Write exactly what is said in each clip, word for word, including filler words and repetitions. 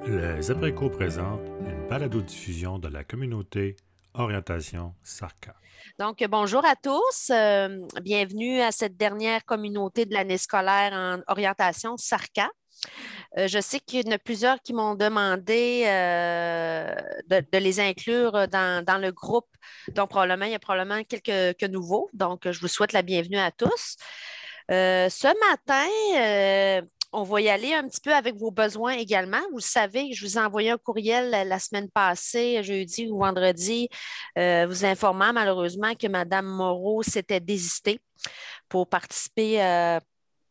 Les Abricots présentent une balado-diffusion de la communauté Orientation Sarka. Donc, bonjour à tous. Euh, bienvenue à cette dernière communauté de l'année scolaire en orientation Sarka. Euh, je sais qu'il y en a plusieurs qui m'ont demandé euh, de, de les inclure dans, dans le groupe. Donc, probablement, il y a probablement quelques, quelques nouveaux. Donc, je vous souhaite la bienvenue à tous. Euh, ce matin, euh, on va y aller un petit peu avec vos besoins également. Vous le savez, je vous ai envoyé un courriel la, la semaine passée, jeudi ou vendredi, euh, vous informant malheureusement que Mme Moreau s'était désistée pour participer euh,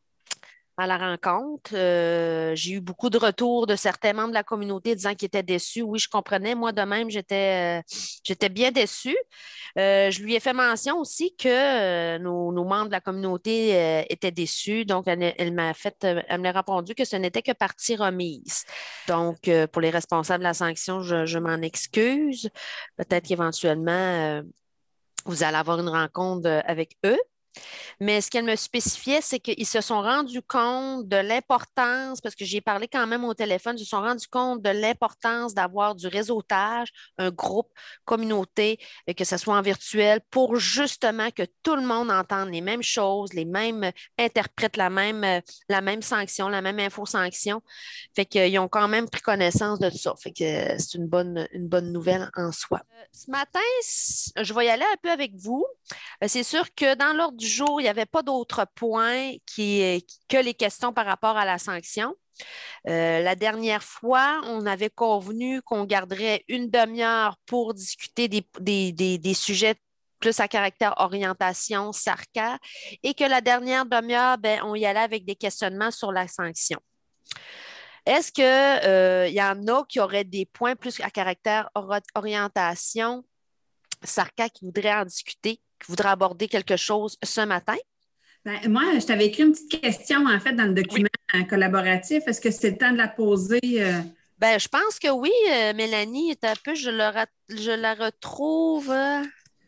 à la rencontre. Euh, j'ai eu beaucoup de retours de certains membres de la communauté disant qu'ils étaient déçus. Oui, je comprenais. Moi, de même, j'étais, euh, j'étais bien déçue. Euh, je lui ai fait mention aussi que euh, nos, nos membres de la communauté euh, étaient déçus. Donc, elle, elle m'a fait, euh, elle m'a répondu que ce n'était que partie remise. Donc, euh, pour les responsables de la sanction, je, je m'en excuse. Peut-être qu'éventuellement, euh, vous allez avoir une rencontre euh, avec eux. Mais ce qu'elle me spécifiait, c'est qu'ils se sont rendus compte de l'importance, parce que j'ai parlé quand même au téléphone, ils se sont rendus compte de l'importance d'avoir du réseautage, un groupe, communauté, et que ce soit en virtuel, pour justement que tout le monde entende les mêmes choses, les mêmes, interprète la même, euh, la même sanction, la même info-sanction. Fait qu'ils ont quand même pris connaissance de ça. Fait que euh, c'est une bonne, une bonne nouvelle en soi. Euh, ce matin, je vais y aller un peu avec vous. Euh, C'est sûr que dans l'ordre du jour, il n'y avait pas d'autres points qui, que les questions par rapport à la sanction. Euh, la dernière fois, on avait convenu qu'on garderait une demi-heure pour discuter des, des, des, des sujets plus à caractère orientation, SARCA, et que la dernière demi-heure, ben, on y allait avec des questionnements sur la sanction. Est-ce qu'il euh, y en a qui auraient des points plus à caractère or- orientation, SARCA, qui voudraient en discuter, qui voudraient aborder quelque chose ce matin? Ben, moi, je t'avais écrit une petite question, en fait, dans le Oui. document euh, collaboratif. Est-ce que c'est le temps de la poser? euh? Ben, je pense que oui, euh, Mélanie, est un peu, je, le ra- je la retrouve. euh,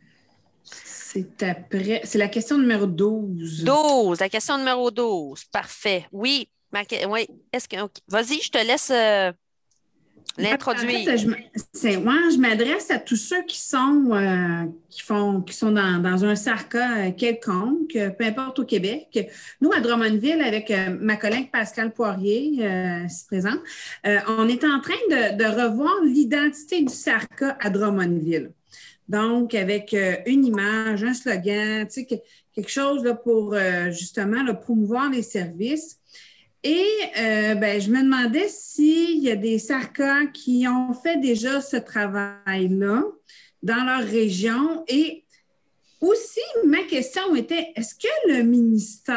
C'est après. C'est la question numéro douze. douze, la question numéro douze. Parfait. Oui, ma que- oui. Est-ce que, ok. Vas-y, je te laisse euh, Ouais, en l'introduire. fait, je, m- c'est, ouais, je m'adresse à tous ceux qui sont, euh, qui font, qui sont dans, dans un SARCA euh, quelconque, euh, peu importe au Québec. Nous, à Drummondville, avec euh, ma collègue Pascal Poirier, euh, ici présente, euh, on est en train de, de revoir l'identité du SARCA à Drummondville. Donc, avec euh, une image, un slogan, tu sais, que- quelque chose là, pour euh, justement là, promouvoir les services. Et euh, ben, je me demandais s'il y a des SARCA qui ont fait déjà ce travail-là dans leur région. Et aussi, ma question était, est-ce que le ministère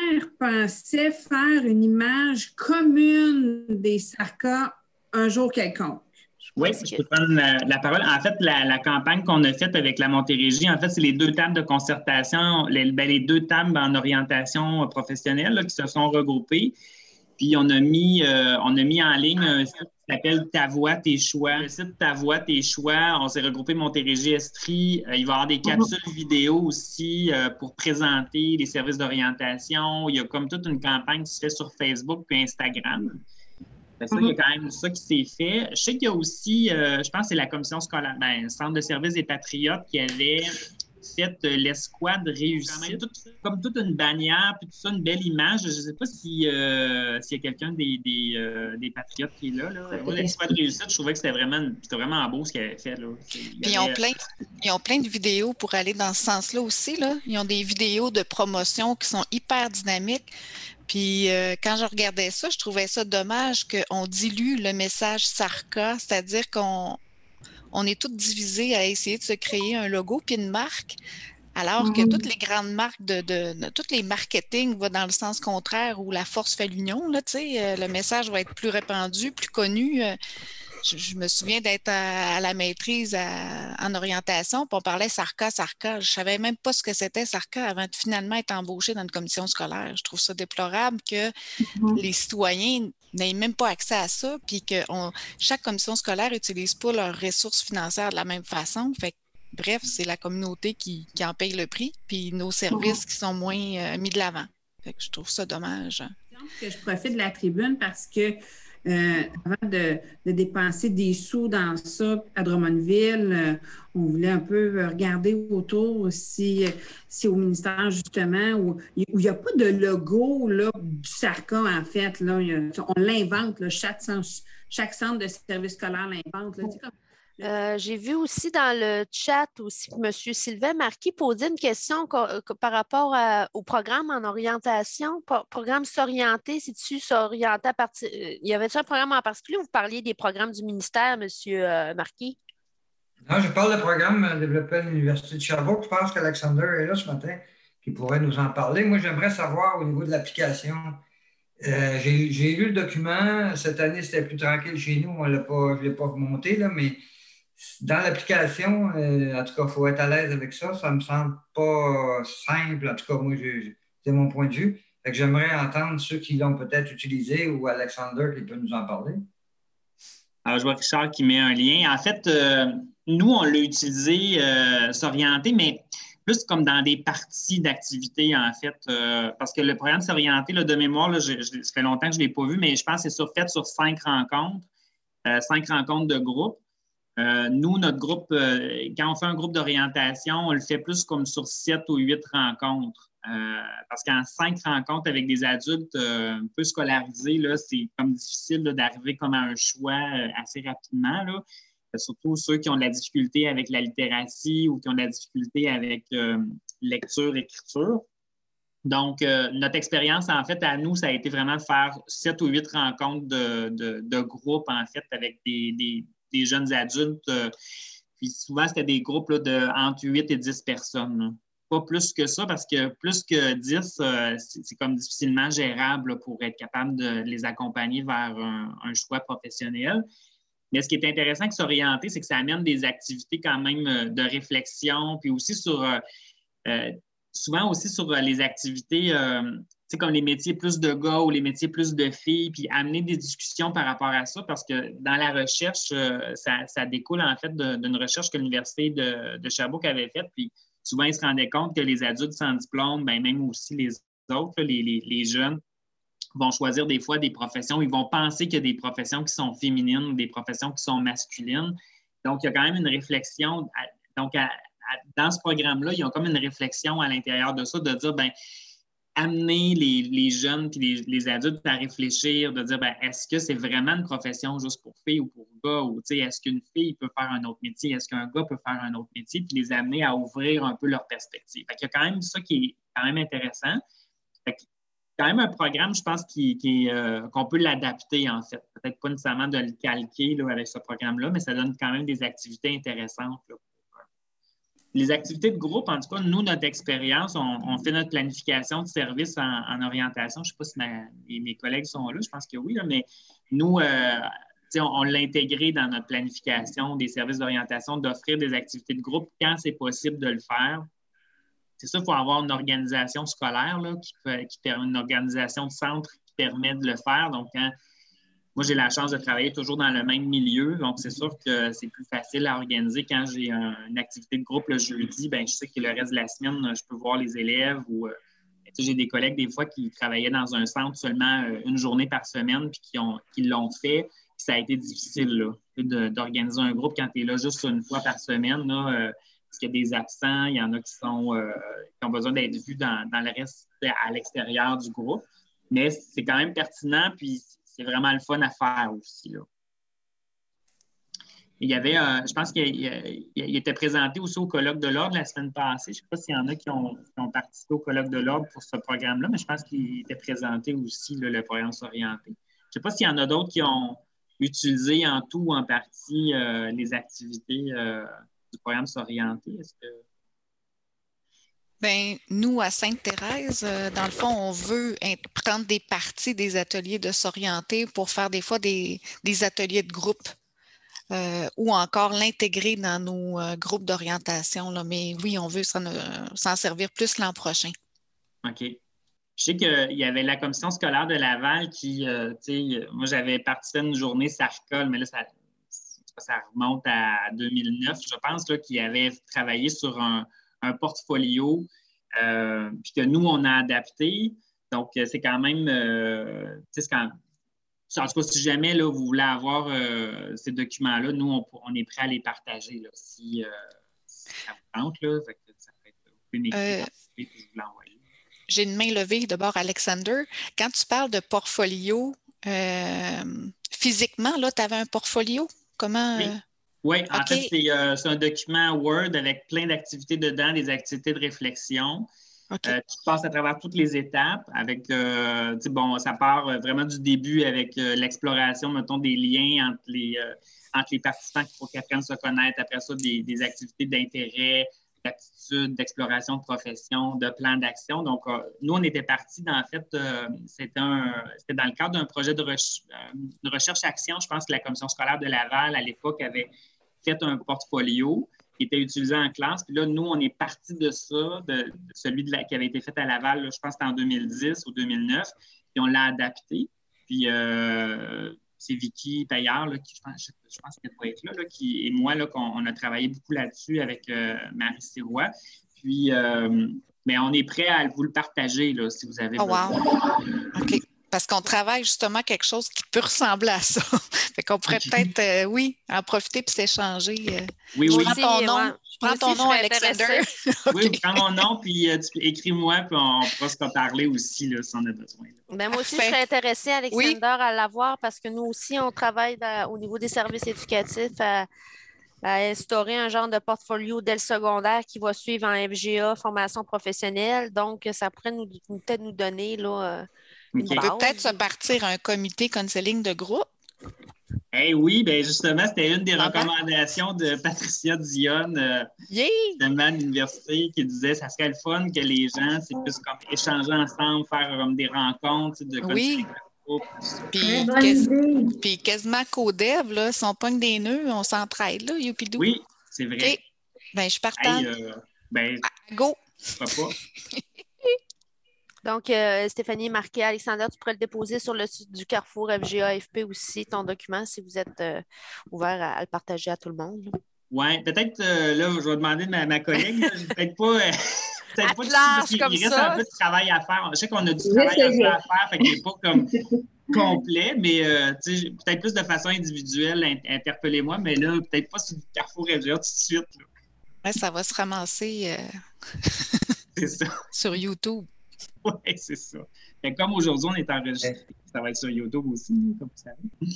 pensait faire une image commune des SARCA un jour quelconque? Oui, Parce je que, peux prendre la, la parole. En fait, la, la campagne qu'on a faite avec la Montérégie, en fait, c'est les deux tables de concertation, les, ben, les deux tables en orientation professionnelle là, qui se sont regroupées. Puis on a mis, euh, on a mis en ligne un site qui s'appelle Ta voix, tes choix. Le site Ta voix, tes choix, on s'est regroupé Montérégie Estrie. Euh, il va y avoir des capsules vidéo aussi euh, pour présenter les services d'orientation. Il y a comme toute une campagne qui se fait sur Facebook puis Instagram. Ça, il y a quand même ça qui s'est fait. Je sais qu'il y a aussi, euh, je pense que c'est la commission scolaire, ben, le Centre de service des Patriotes qui avait fait euh, l'escouade réussie, tout, comme toute une bannière, puis tout ça, une belle image. Je ne sais pas si, euh, s'il y a quelqu'un des, des, euh, des Patriotes qui est là. là. Moi, l'escouade réussie, je trouvais que c'était vraiment, c'était vraiment beau ce qu'il avait fait. Là. Il Puis ils avait... ont, plein, ils ont plein de vidéos pour aller dans ce sens-là aussi. Là. Ils ont des vidéos de promotion qui sont hyper dynamiques. Puis euh, quand je regardais ça, je trouvais ça dommage qu'on dilue le message SARCA, c'est-à-dire qu'on on est tous divisés à essayer de se créer un logo puis une marque, alors que toutes les grandes marques de, de, de tous les marketing vont dans le sens contraire où la force fait l'union. Là, tu sais, euh, le message va être plus répandu, plus connu. Euh, je, je me souviens d'être à, à la maîtrise à- en orientation, puis on parlait SARCA, SARCA. Je savais même pas ce que c'était SARCA avant de finalement être embauchée dans une commission scolaire. Je trouve ça déplorable que les citoyens n'aient même pas accès à ça, puis que on- chaque commission scolaire n'utilise pas leurs ressources financières de la même façon. Fait que, bref, c'est la communauté qui, qui en paye le prix, puis nos services qui sont moins euh, mis de l'avant. Fait que je trouve ça dommage. Que je profite de la tribune parce que euh, avant de, de dépenser des sous dans ça à Drummondville, euh, on voulait un peu regarder autour si, si au ministère, justement, où il n'y a pas de logo là, du SARCA, en fait. Là, il y a, on l'invente, là, chaque, chaque centre de service scolaire l'invente. Là, tu sais, comme Euh, j'ai vu aussi dans le chat aussi que M. Sylvain Marquis posait une question co- co- par rapport à- au programme en orientation. Pro- programme s'orienter, si-tu s'orienter à partir. euh, Y avait-il un programme en particulier ou vous parliez des programmes du ministère, M. euh, Marquis? Non, je parle de programme euh, développé à l'Université de Sherbrooke. Je pense qu'Alexander est là ce matin, qui pourrait nous en parler. Moi, j'aimerais savoir au niveau de l'application. Euh, j'ai, j'ai lu le document. Cette année, c'était plus tranquille chez nous. On l'a pas, je ne l'ai pas remonté, là, mais dans l'application, euh, en tout cas, il faut être à l'aise avec ça. Ça ne me semble pas simple. En tout cas, moi, j'ai- c'est mon point de vue. Fait que j'aimerais entendre ceux qui l'ont peut-être utilisé ou Alexander qui peut nous en parler. Alors, je vois Richard qui met un lien. En fait, euh, nous, on l'a utilisé, euh, s'orienter, mais plus comme dans des parties d'activité, en fait, euh, parce que le programme s'orienter, là, de mémoire, là, je, je, ça fait longtemps que je ne l'ai pas vu, mais je pense que c'est sur, fait sur cinq rencontres, euh, cinq rencontres de groupe. Euh, nous, notre groupe, euh, quand on fait un groupe d'orientation, on le fait plus comme sur sept ou huit rencontres. Euh, parce qu'en cinq rencontres avec des adultes euh, un peu scolarisés, là, c'est comme difficile là, d'arriver comme à un choix euh, assez rapidement. Là. Surtout ceux qui ont de la difficulté avec la littératie ou qui ont de la difficulté avec euh, lecture, écriture. Donc, euh, notre expérience, en fait, à nous, ça a été vraiment de faire sept ou huit rencontres de, de, de groupe, en fait, avec des, des, des jeunes adultes. Euh, puis souvent, c'était des groupes là, de entre huit et dix personnes. Là. Pas plus que ça, parce que plus que dix, euh, c'est, c'est comme difficilement gérable là, pour être capable de les accompagner vers un, un choix professionnel. Mais ce qui est intéressant avec s'orienter, c'est que ça amène des activités quand même de réflexion, puis aussi sur... Euh, euh, souvent aussi sur les activités, euh, comme les métiers plus de gars ou les métiers plus de filles, puis amener des discussions par rapport à ça, parce que dans la recherche, euh, ça, ça découle en fait de, d'une recherche que l'Université de, de Sherbrooke avait faite, puis souvent, ils se rendaient compte que les adultes sans diplôme, ben, même aussi les autres, les, les, les jeunes, vont choisir des fois des professions, ils vont penser qu'il y a des professions qui sont féminines ou des professions qui sont masculines. Donc, il y a quand même une réflexion. À, donc, à, dans ce programme-là, ils ont comme une réflexion à l'intérieur de ça, de dire, bien, amener les, les jeunes et les, les adultes à réfléchir, de dire, bien, est-ce que c'est vraiment une profession juste pour filles ou pour gars, ou est-ce qu'une fille peut faire un autre métier, est-ce qu'un gars peut faire un autre métier, puis les amener à ouvrir un peu leur perspective. Fait qu'il y a quand même ça qui est quand même intéressant. Fait que, quand même un programme, je pense, qui, qui, euh, qu'on peut l'adapter, en fait. Peut-être pas nécessairement de le calquer là, avec ce programme-là, mais ça donne quand même des activités intéressantes là. Les activités de groupe, en tout cas, nous, notre expérience, on, on fait notre planification de services en, en orientation. Je ne sais pas si ma, mes, mes collègues sont là, je pense que oui, là, mais nous, euh, on, on l'a intégré dans notre planification des services d'orientation, d'offrir des activités de groupe quand c'est possible de le faire. C'est ça, il faut avoir une organisation scolaire, là, qui peut, qui permet, une organisation de centre qui permet de le faire. Donc, quand moi, j'ai la chance de travailler toujours dans le même milieu, donc c'est sûr que c'est plus facile à organiser quand j'ai un, une activité de groupe le jeudi. Bien, je sais que le reste de la semaine, je peux voir les élèves ou euh, j'ai des collègues des fois qui travaillaient dans un centre seulement euh, une journée par semaine puis qui, ont, qui l'ont fait. Puis ça a été difficile là, de, d'organiser un groupe quand tu es là juste une fois par semaine. Là, euh, parce qu'il y a des absents, il y en a qui, sont, euh, qui ont besoin d'être vus dans, dans le reste à l'extérieur du groupe. Mais c'est quand même pertinent, puis c'est vraiment le fun à faire aussi. Là. Il y avait, euh, je pense qu'il il, il était présenté aussi au colloque de l'ordre la semaine passée. Je ne sais pas s'il y en a qui ont, qui ont participé au colloque de l'ordre pour ce programme-là, mais je pense qu'il était présenté aussi, là, le programme s'orienter. Je ne sais pas s'il y en a d'autres qui ont utilisé en tout ou en partie euh, les activités euh, du programme s'orienter. Est-ce que... Bien, nous, à Sainte-Thérèse, euh, dans le fond, on veut prendre des parties des ateliers de s'orienter pour faire des fois des, des ateliers de groupe euh, ou encore l'intégrer dans nos euh, groupes d'orientation. Là. Mais oui, on veut s'en, euh, s'en servir plus l'an prochain. OK. Je sais qu'il y avait la commission scolaire de Laval qui, euh, tu sais, moi, j'avais participé à une journée SARCA, mais là, ça, ça remonte à deux mille neuf, je pense, là, qui avait travaillé sur un un portfolio, euh, puis que nous, on a adapté. Donc, c'est quand même, euh, c'est quand, en tout cas, si jamais là, vous voulez avoir euh, ces documents-là, nous, on, on est prêt à les partager là, si, euh, si ça vous tente. Là, fait que ça peut être, vous pouvez m'écrire Euh, puis je vous l'envoie. J'ai une main levée d'abord, Alexander. Quand tu parles de portfolio, euh, physiquement, là, tu avais un portfolio? Comment? Oui. euh, Oui, en OK. fait, c'est euh, c'est un document Word avec plein d'activités dedans, des activités de réflexion. OK. Euh, tu passes à travers toutes les étapes avec, euh, tu sais, bon, ça part euh, vraiment du début avec euh, l'exploration, mettons, des liens entre les, euh, entre les participants qu'il faut qu'ils apprennent à se connaître. Après ça, des, des activités d'intérêt, d'aptitude, d'exploration de profession, de plan d'action. Donc, euh, nous, on était partis, en fait, euh, c'était un- c'était dans le cadre d'un projet de, reche- euh, de recherche-action. Je pense que la commission scolaire de Laval, à l'époque, avait fait un portfolio qui était utilisé en classe. Puis là, nous, on est parti de ça, de, de celui de la, qui avait été fait à Laval, là, je pense que c'était en deux mille dix ou deux mille neuf, puis on l'a adapté. Puis euh, c'est Vicky Taillard, là, qui, je pense, je pense qu'elle doit être là, là, qui, et moi, là, qu'on on a travaillé beaucoup là-dessus avec euh, Marie Sirois. Puis, euh, mais on est prêt à vous le partager, là, si vous avez Oh, besoin. wow. OK. Parce qu'on travaille justement quelque chose qui peut ressembler à ça. Fait qu'on pourrait OK. peut-être, euh, oui, en profiter puis s'échanger. euh. Oui, Je oui. prends Aussi, ton nom, ouais. je prends Moi ton aussi, je nom, serais Alexander. intéressée. Oui, OK. prends mon nom, puis euh, tu- écris-moi, puis on pourra se reparler aussi, là, si on a besoin. Là. Ben, moi aussi, je Parfait. serais intéressée, Oui. Alexander, à l'avoir parce que nous aussi, on travaille dans- au niveau des services éducatifs à, à instaurer un genre de portfolio dès le secondaire qui va suivre en F G A, formation professionnelle. Donc, ça pourrait nous, nous- peut-être nous donner là, euh, une OK. On peut peut-être base. se partir un comité counseling de groupe. Eh oui, bien justement, c'était une des Ah ben. recommandations de Patricia Dionne, euh, Yeah! justement, à l'université, qui disait que ça serait le fun que les gens, c'est plus comme échanger ensemble, faire comme des rencontres, tu sais, de Oui. counseling de groupe. Puis, Très bonne quas- idée. puis quasiment qu'au dev, là, si on pogne des nœuds, on s'entraide, là, youpidou. Oui, c'est vrai. OK. Ben, je suis partante. Hey, euh, ben, Go! pourquoi pas? Donc, euh, Stéphanie Marquet, Alexander, tu pourrais le déposer sur le site du Carrefour F G A F P aussi, ton document, si vous êtes euh, ouvert à, à le partager à tout le monde. Oui, peut-être, euh, là, je vais demander à ma, ma collègue, là, j'ai peut-être pas. euh, peut-être pas Attelage parce qu'il comme il reste ça. un peu de travail à faire. Je sais qu'on a du Oui, travail c'est un peu vrai. à faire, fait qu'il n'est pas comme complet, mais euh, tu sais, peut-être plus de façon individuelle, in- interpellez-moi, mais là, peut-être pas sur le Carrefour F G A tout de suite. Là. Ouais, ça va se ramasser euh, C'est ça. sur YouTube. Oui, c'est ça. Fait que comme aujourd'hui, on est enregistré. Ça va être sur YouTube aussi, comme vous savez.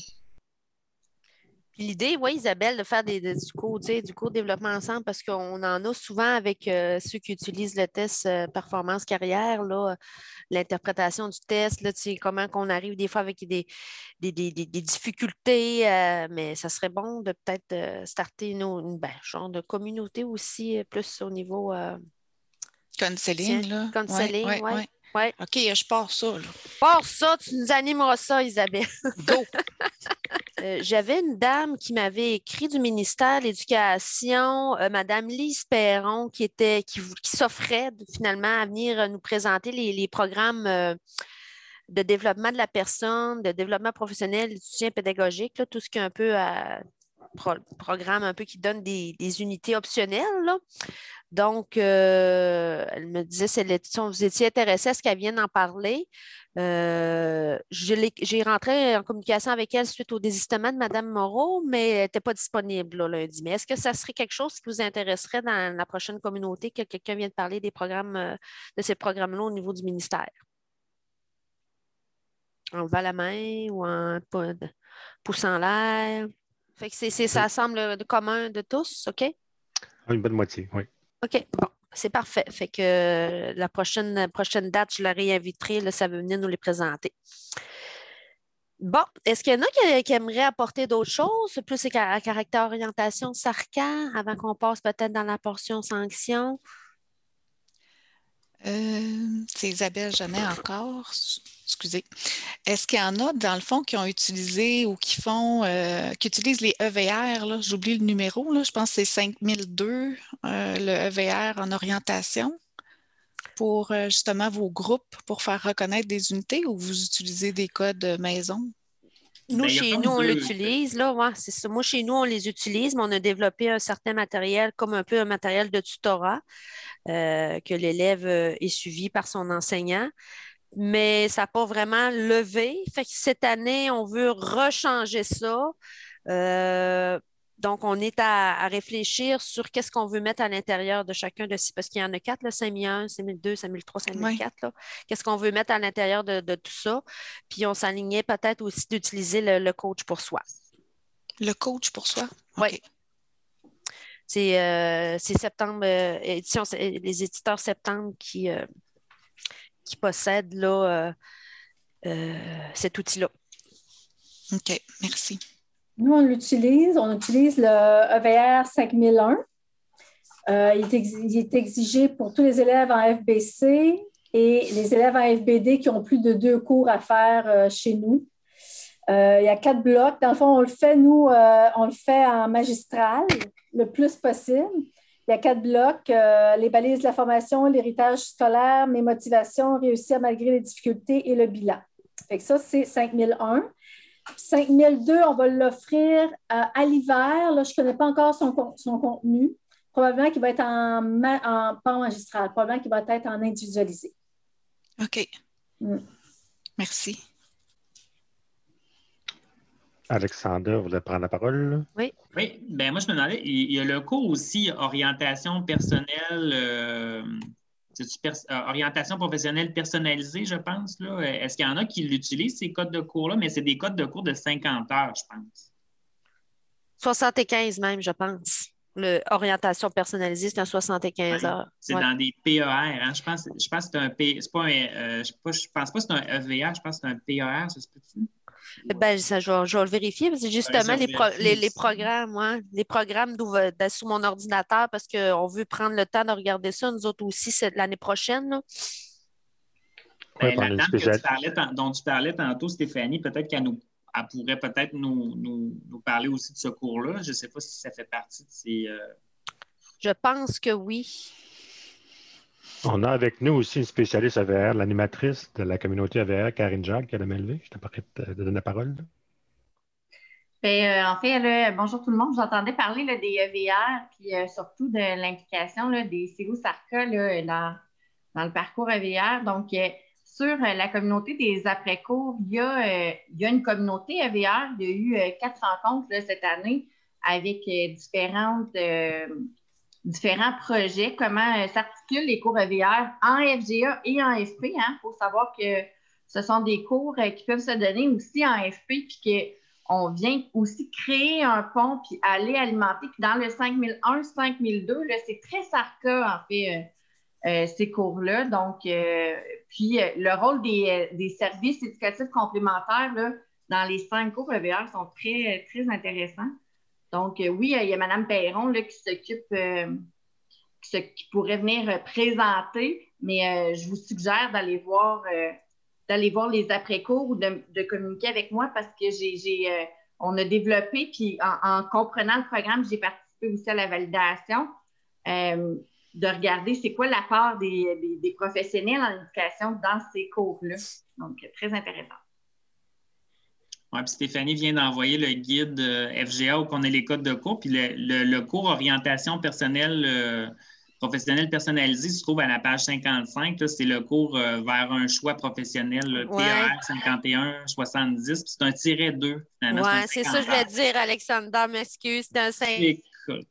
Puis l'idée, oui, Isabelle, de faire des, des- du cours, tu sais, du cours développement ensemble, parce qu'on en a souvent avec euh, ceux qui utilisent le test euh, performance carrière, là, l'interprétation du test, là, tu sais, comment qu'on arrive des fois avec des, des, des- des- des difficultés, euh, mais ça serait bon de peut-être euh, starter une, une ben, genre de communauté aussi, euh, plus au niveau euh, Counseling, tiens, là. counseling, Ouais, ouais. ouais, Ouais. ouais. OK, je pars ça, là. Pour ça, tu nous animeras ça, Isabelle. Go! Euh, j'avais une dame qui m'avait écrit du ministère de l'Éducation, euh, Madame Lise Perron, qui était, qui, vou- qui s'offrait de- finalement à venir euh, nous présenter les, les programmes euh, de développement de la personne, de développement professionnel, de soutien pédagogique, là, tout ce qui est un peu à pro- programme un peu qui donne des, des unités optionnelles, là. Donc, euh, elle me disait si, elle est- si vous étiez intéressé à ce qu'elle vienne en parler. Euh, je l'ai- j'ai rentré en communication avec elle suite au désistement de Mme Moreau, mais elle n'était pas disponible là, lundi. Mais est-ce que ça serait quelque chose qui vous intéresserait dans la prochaine communauté que quelqu'un vienne parler des programmes, euh, de ces programmes-là au niveau du ministère? En levant la main ou en pou- pouce en l'air? Fait que c'est, c'est- ça semble de commun de tous, OK? Une bonne moitié, oui. OK, bon, c'est parfait. Fait que euh, la prochaine, prochaine date, je la réinviterai, là, ça veut venir nous les présenter. Bon, est-ce qu'il y en a qui, qui aimeraient apporter d'autres choses, plus à caractère orientation Sarcan, avant qu'on passe peut-être dans la portion sanction? Euh, c'est Isabelle Jeannet encore. Excusez. Est-ce qu'il y en a, dans le fond, qui ont utilisé ou qui font, euh, qui utilisent les E V R, là? J'oublie le numéro, là, je pense que c'est cinq mille deux, euh, le E V R en orientation, pour euh, justement vos groupes, pour faire reconnaître des unités, ou vous utilisez des codes maison? Nous, Ben, il y a chez comme nous, on deux. l'utilise, là, ouais, c'est ça. Moi, chez nous, on les utilise, mais on a développé un certain matériel, comme un peu un matériel de tutorat, euh, que l'élève euh, est suivi par son enseignant. mais ça n'a pas vraiment levé. Fait que cette année, on veut rechanger ça. Euh, donc, on est à, à réfléchir sur qu'est-ce qu'on veut mettre à l'intérieur de chacun de ces, parce qu'il y en a quatre, là, cinq mille un, cinq mille deux, cinq mille trois, cinq mille quatre. Là. Qu'est-ce qu'on veut mettre à l'intérieur de, de tout ça? Puis, on s'alignait peut-être aussi d'utiliser le, le coach pour soi. Le coach pour soi? Oui. Okay. C'est, euh, c'est septembre, euh, édition, les éditeurs septembre qui, euh, qui possèdent là, euh, euh, cet outil-là. OK, merci. Nous, on l'utilise, on utilise le E V R cinq mille un. Euh, il, est ex- il est exigé pour tous les élèves en F B C et les élèves en F B D qui ont plus de deux cours à faire euh, chez nous. Euh, il y a quatre blocs. Dans le fond, on le fait, nous, euh, on le fait en magistral le plus possible. Il y a quatre blocs, euh, les balises de la formation, l'héritage scolaire, mes motivations, réussir malgré les difficultés et le bilan. Fait que ça, c'est cinq mille un. cinq mille deux, on va l'offrir euh, à l'hiver. Là, je ne connais pas encore son, son contenu. Probablement qu'il va être en, ma, en pas en magistral, probablement qu'il va être en individualisé. OK. Mm. Merci. Alexandre, vous voulez prendre la parole? Oui. Oui, bien moi, je me demandais, il y a le cours aussi orientation personnelle, euh, c'est-tu pers- euh, orientation professionnelle personnalisée, je pense. Là. Est-ce qu'il y en a qui l'utilisent, ces codes de cours-là? Mais c'est des codes de cours de cinquante heures, je pense. soixante-quinze même, je pense. Le orientation personnalisée, c'est un soixante-quinze heures. C'est ouais. dans des P E R. Hein? Je, pense, je pense que c'est un P. C'est pas un, euh, je, pas, je pense pas que c'est un E V R, je pense que c'est un P E R, ça se peut-tu? Ben, ça, je, vais, je vais le vérifier parce que justement, Ouais, les, pro, les, les programmes, ouais, les programmes d'ouvre, de, sous mon ordinateur, parce qu'on veut prendre le temps de regarder ça, nous autres aussi, c'est l'année prochaine. Là. Ben, la dame que tu parlais, dont tu parlais tantôt, Stéphanie, peut-être qu'elle nous, elle pourrait peut-être nous, nous, nous parler aussi de ce cours-là. Je ne sais pas si ça fait partie de ces... Euh... Je pense que oui. On a avec nous aussi une spécialiste A V R, l'animatrice de la communauté A V R, Karine Jacques, qui a la main levée. Je t'ai pas prête de donner la parole. Bien, euh, en fait, là, bonjour tout le monde. J'entendais parler là, des E V R, puis euh, surtout de l'implication là, des C E O SARCA là, dans, dans le parcours E V R. Donc, euh, sur euh, la communauté des après-cours, il y, a, euh, il y a une communauté E V R. Il y a eu euh, quatre rencontres là, cette année avec euh, différentes, euh, différents projets, comment euh, s'articulent les cours E V R en F G A et en F P. Il hein, faut savoir que ce sont des cours euh, qui peuvent se donner aussi en F P, puis que on vient aussi créer un pont puis aller alimenter. Puis dans le cinq mille un, cinq mille deux, là, c'est très SARCA, en fait, euh, euh, ces cours-là. Donc, euh, puis euh, le rôle des, des services éducatifs complémentaires là, dans les cinq cours E V R sont très, très intéressants. Donc, euh, oui, il y a Mme Perron là, qui s'occupe, euh, qui, se, qui pourrait venir présenter, mais euh, je vous suggère d'aller voir... Euh, d'aller voir les après-cours ou de, de communiquer avec moi parce que j'ai, j'ai, euh, on a développé, puis en, en comprenant le programme, j'ai participé aussi à la validation, euh, de regarder c'est quoi la part des, des, des professionnels en éducation dans ces cours-là. Donc, très intéressant. Oui, puis Stéphanie vient d'envoyer le guide euh, F G A où on a les codes de cours, puis le, le, le cours orientation personnelle euh, professionnel personnalisé se trouve à la page cinquante-cinq. Là, c'est le cours euh, vers un choix professionnel, le ouais. P R cinquante et un soixante-dix. Puis c'est un tiret deux. Oui, c'est, c'est ça que je voulais dire, Alexandre. M'excuse, c'est un cinq. Écoute,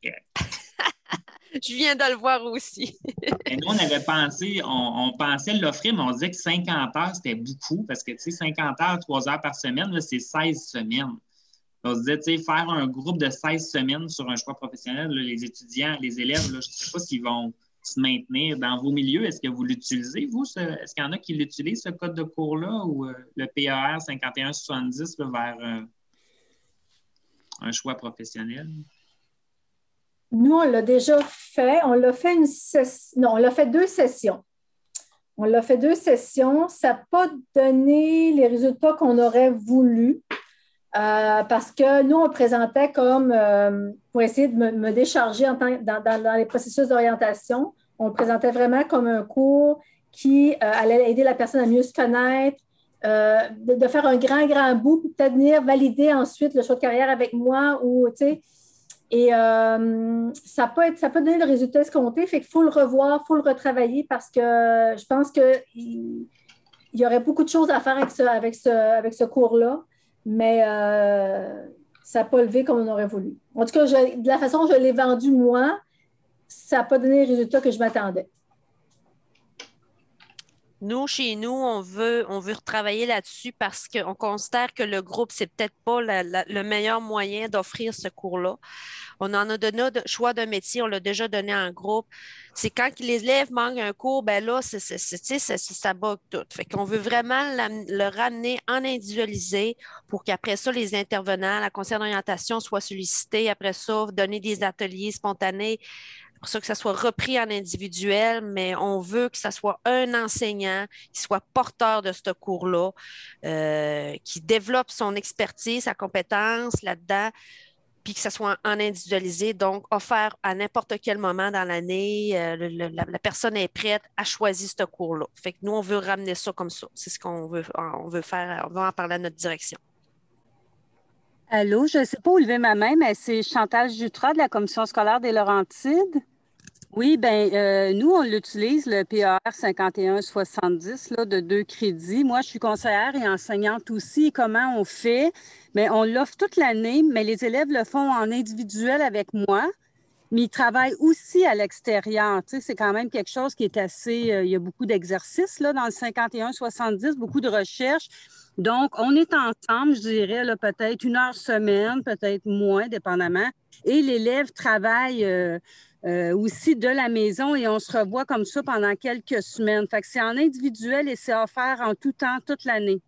je viens de le voir aussi. Et nous, on avait pensé, on, on pensait l'offrir, mais on disait que cinquante heures, c'était beaucoup parce que, tu sais, cinquante heures, trois heures par semaine, là, c'est seize semaines. On se disait, tu sais, faire un groupe de seize semaines sur un choix professionnel, là, les étudiants, les élèves, là, je ne sais pas s'ils vont se maintenir dans vos milieux. Est-ce que vous l'utilisez, vous? Ce, est-ce qu'il y en a qui l'utilisent, ce code de cours-là, ou euh, le P A R cinquante et un soixante-dix là, vers euh, un choix professionnel? Nous, on l'a déjà fait. On l'a fait une session. Non, on l'a fait deux sessions. On l'a fait deux sessions. Ça n'a pas donné les résultats qu'on aurait voulu. Euh, parce que nous, on présentait comme, euh, pour essayer de me, me décharger en tant, dans, dans, dans les processus d'orientation, on présentait vraiment comme un cours qui euh, allait aider la personne à mieux se connaître, euh, de, de faire un grand, grand bout, puis peut-être venir valider ensuite le choix de carrière avec moi. Ou, tu sais, et euh, ça peut être, ça peut donner le résultat escompté, fait qu'il faut le revoir, il faut le retravailler parce que je pense que... Il, il y aurait beaucoup de choses à faire avec ce, avec ce, avec ce cours-là, mais euh, ça n'a pas levé comme on aurait voulu. En tout cas, je, de la façon dont je l'ai vendu, moi, ça n'a pas donné les résultats que je m'attendais. Nous, chez nous, on veut, on veut retravailler là-dessus parce qu'on considère que le groupe, c'est peut-être pas la, la, le meilleur moyen d'offrir ce cours-là. On en a donné de choix de métier, on l'a déjà donné en groupe. C'est quand les élèves manquent un cours, ben là, c'est, c'est, c'est, c'est, ça bug tout. Fait qu'on veut vraiment la, le ramener en individualisé pour qu'après ça, les intervenants, la conseillère d'orientation soient sollicités. Après ça, donner des ateliers spontanés. Pour ça que ça soit repris en individuel, mais on veut que ça soit un enseignant qui soit porteur de ce cours-là, euh, qui développe son expertise, sa compétence là-dedans, puis que ça soit en individualisé, donc offert à n'importe quel moment dans l'année. Euh, le, le, la, la personne est prête à choisir ce cours-là. Fait que nous, on veut ramener ça comme ça. C'est ce qu'on veut, on veut faire. On va en parler à notre direction. Allô, je ne sais pas où lever ma main, mais c'est Chantal Jutras de la Commission scolaire des Laurentides. Oui, bien, euh, nous, on l'utilise, le P A R cinquante et un soixante-dix, là, de deux crédits. Moi, je suis conseillère et enseignante aussi. Comment on fait? Bien, on l'offre toute l'année, mais les élèves le font en individuel avec moi, mais ils travaillent aussi à l'extérieur. Tu sais, c'est quand même quelque chose qui est assez... Euh, il y a beaucoup d'exercices là, dans le cinquante et un soixante-dix, beaucoup de recherches. Donc, on est ensemble, je dirais, là, peut-être une heure semaine, peut-être moins, dépendamment. Et l'élève travaille... Euh, Euh, aussi de la maison et on se revoit comme ça pendant quelques semaines. Fait que c'est en individuel et c'est offert en tout temps, toute l'année.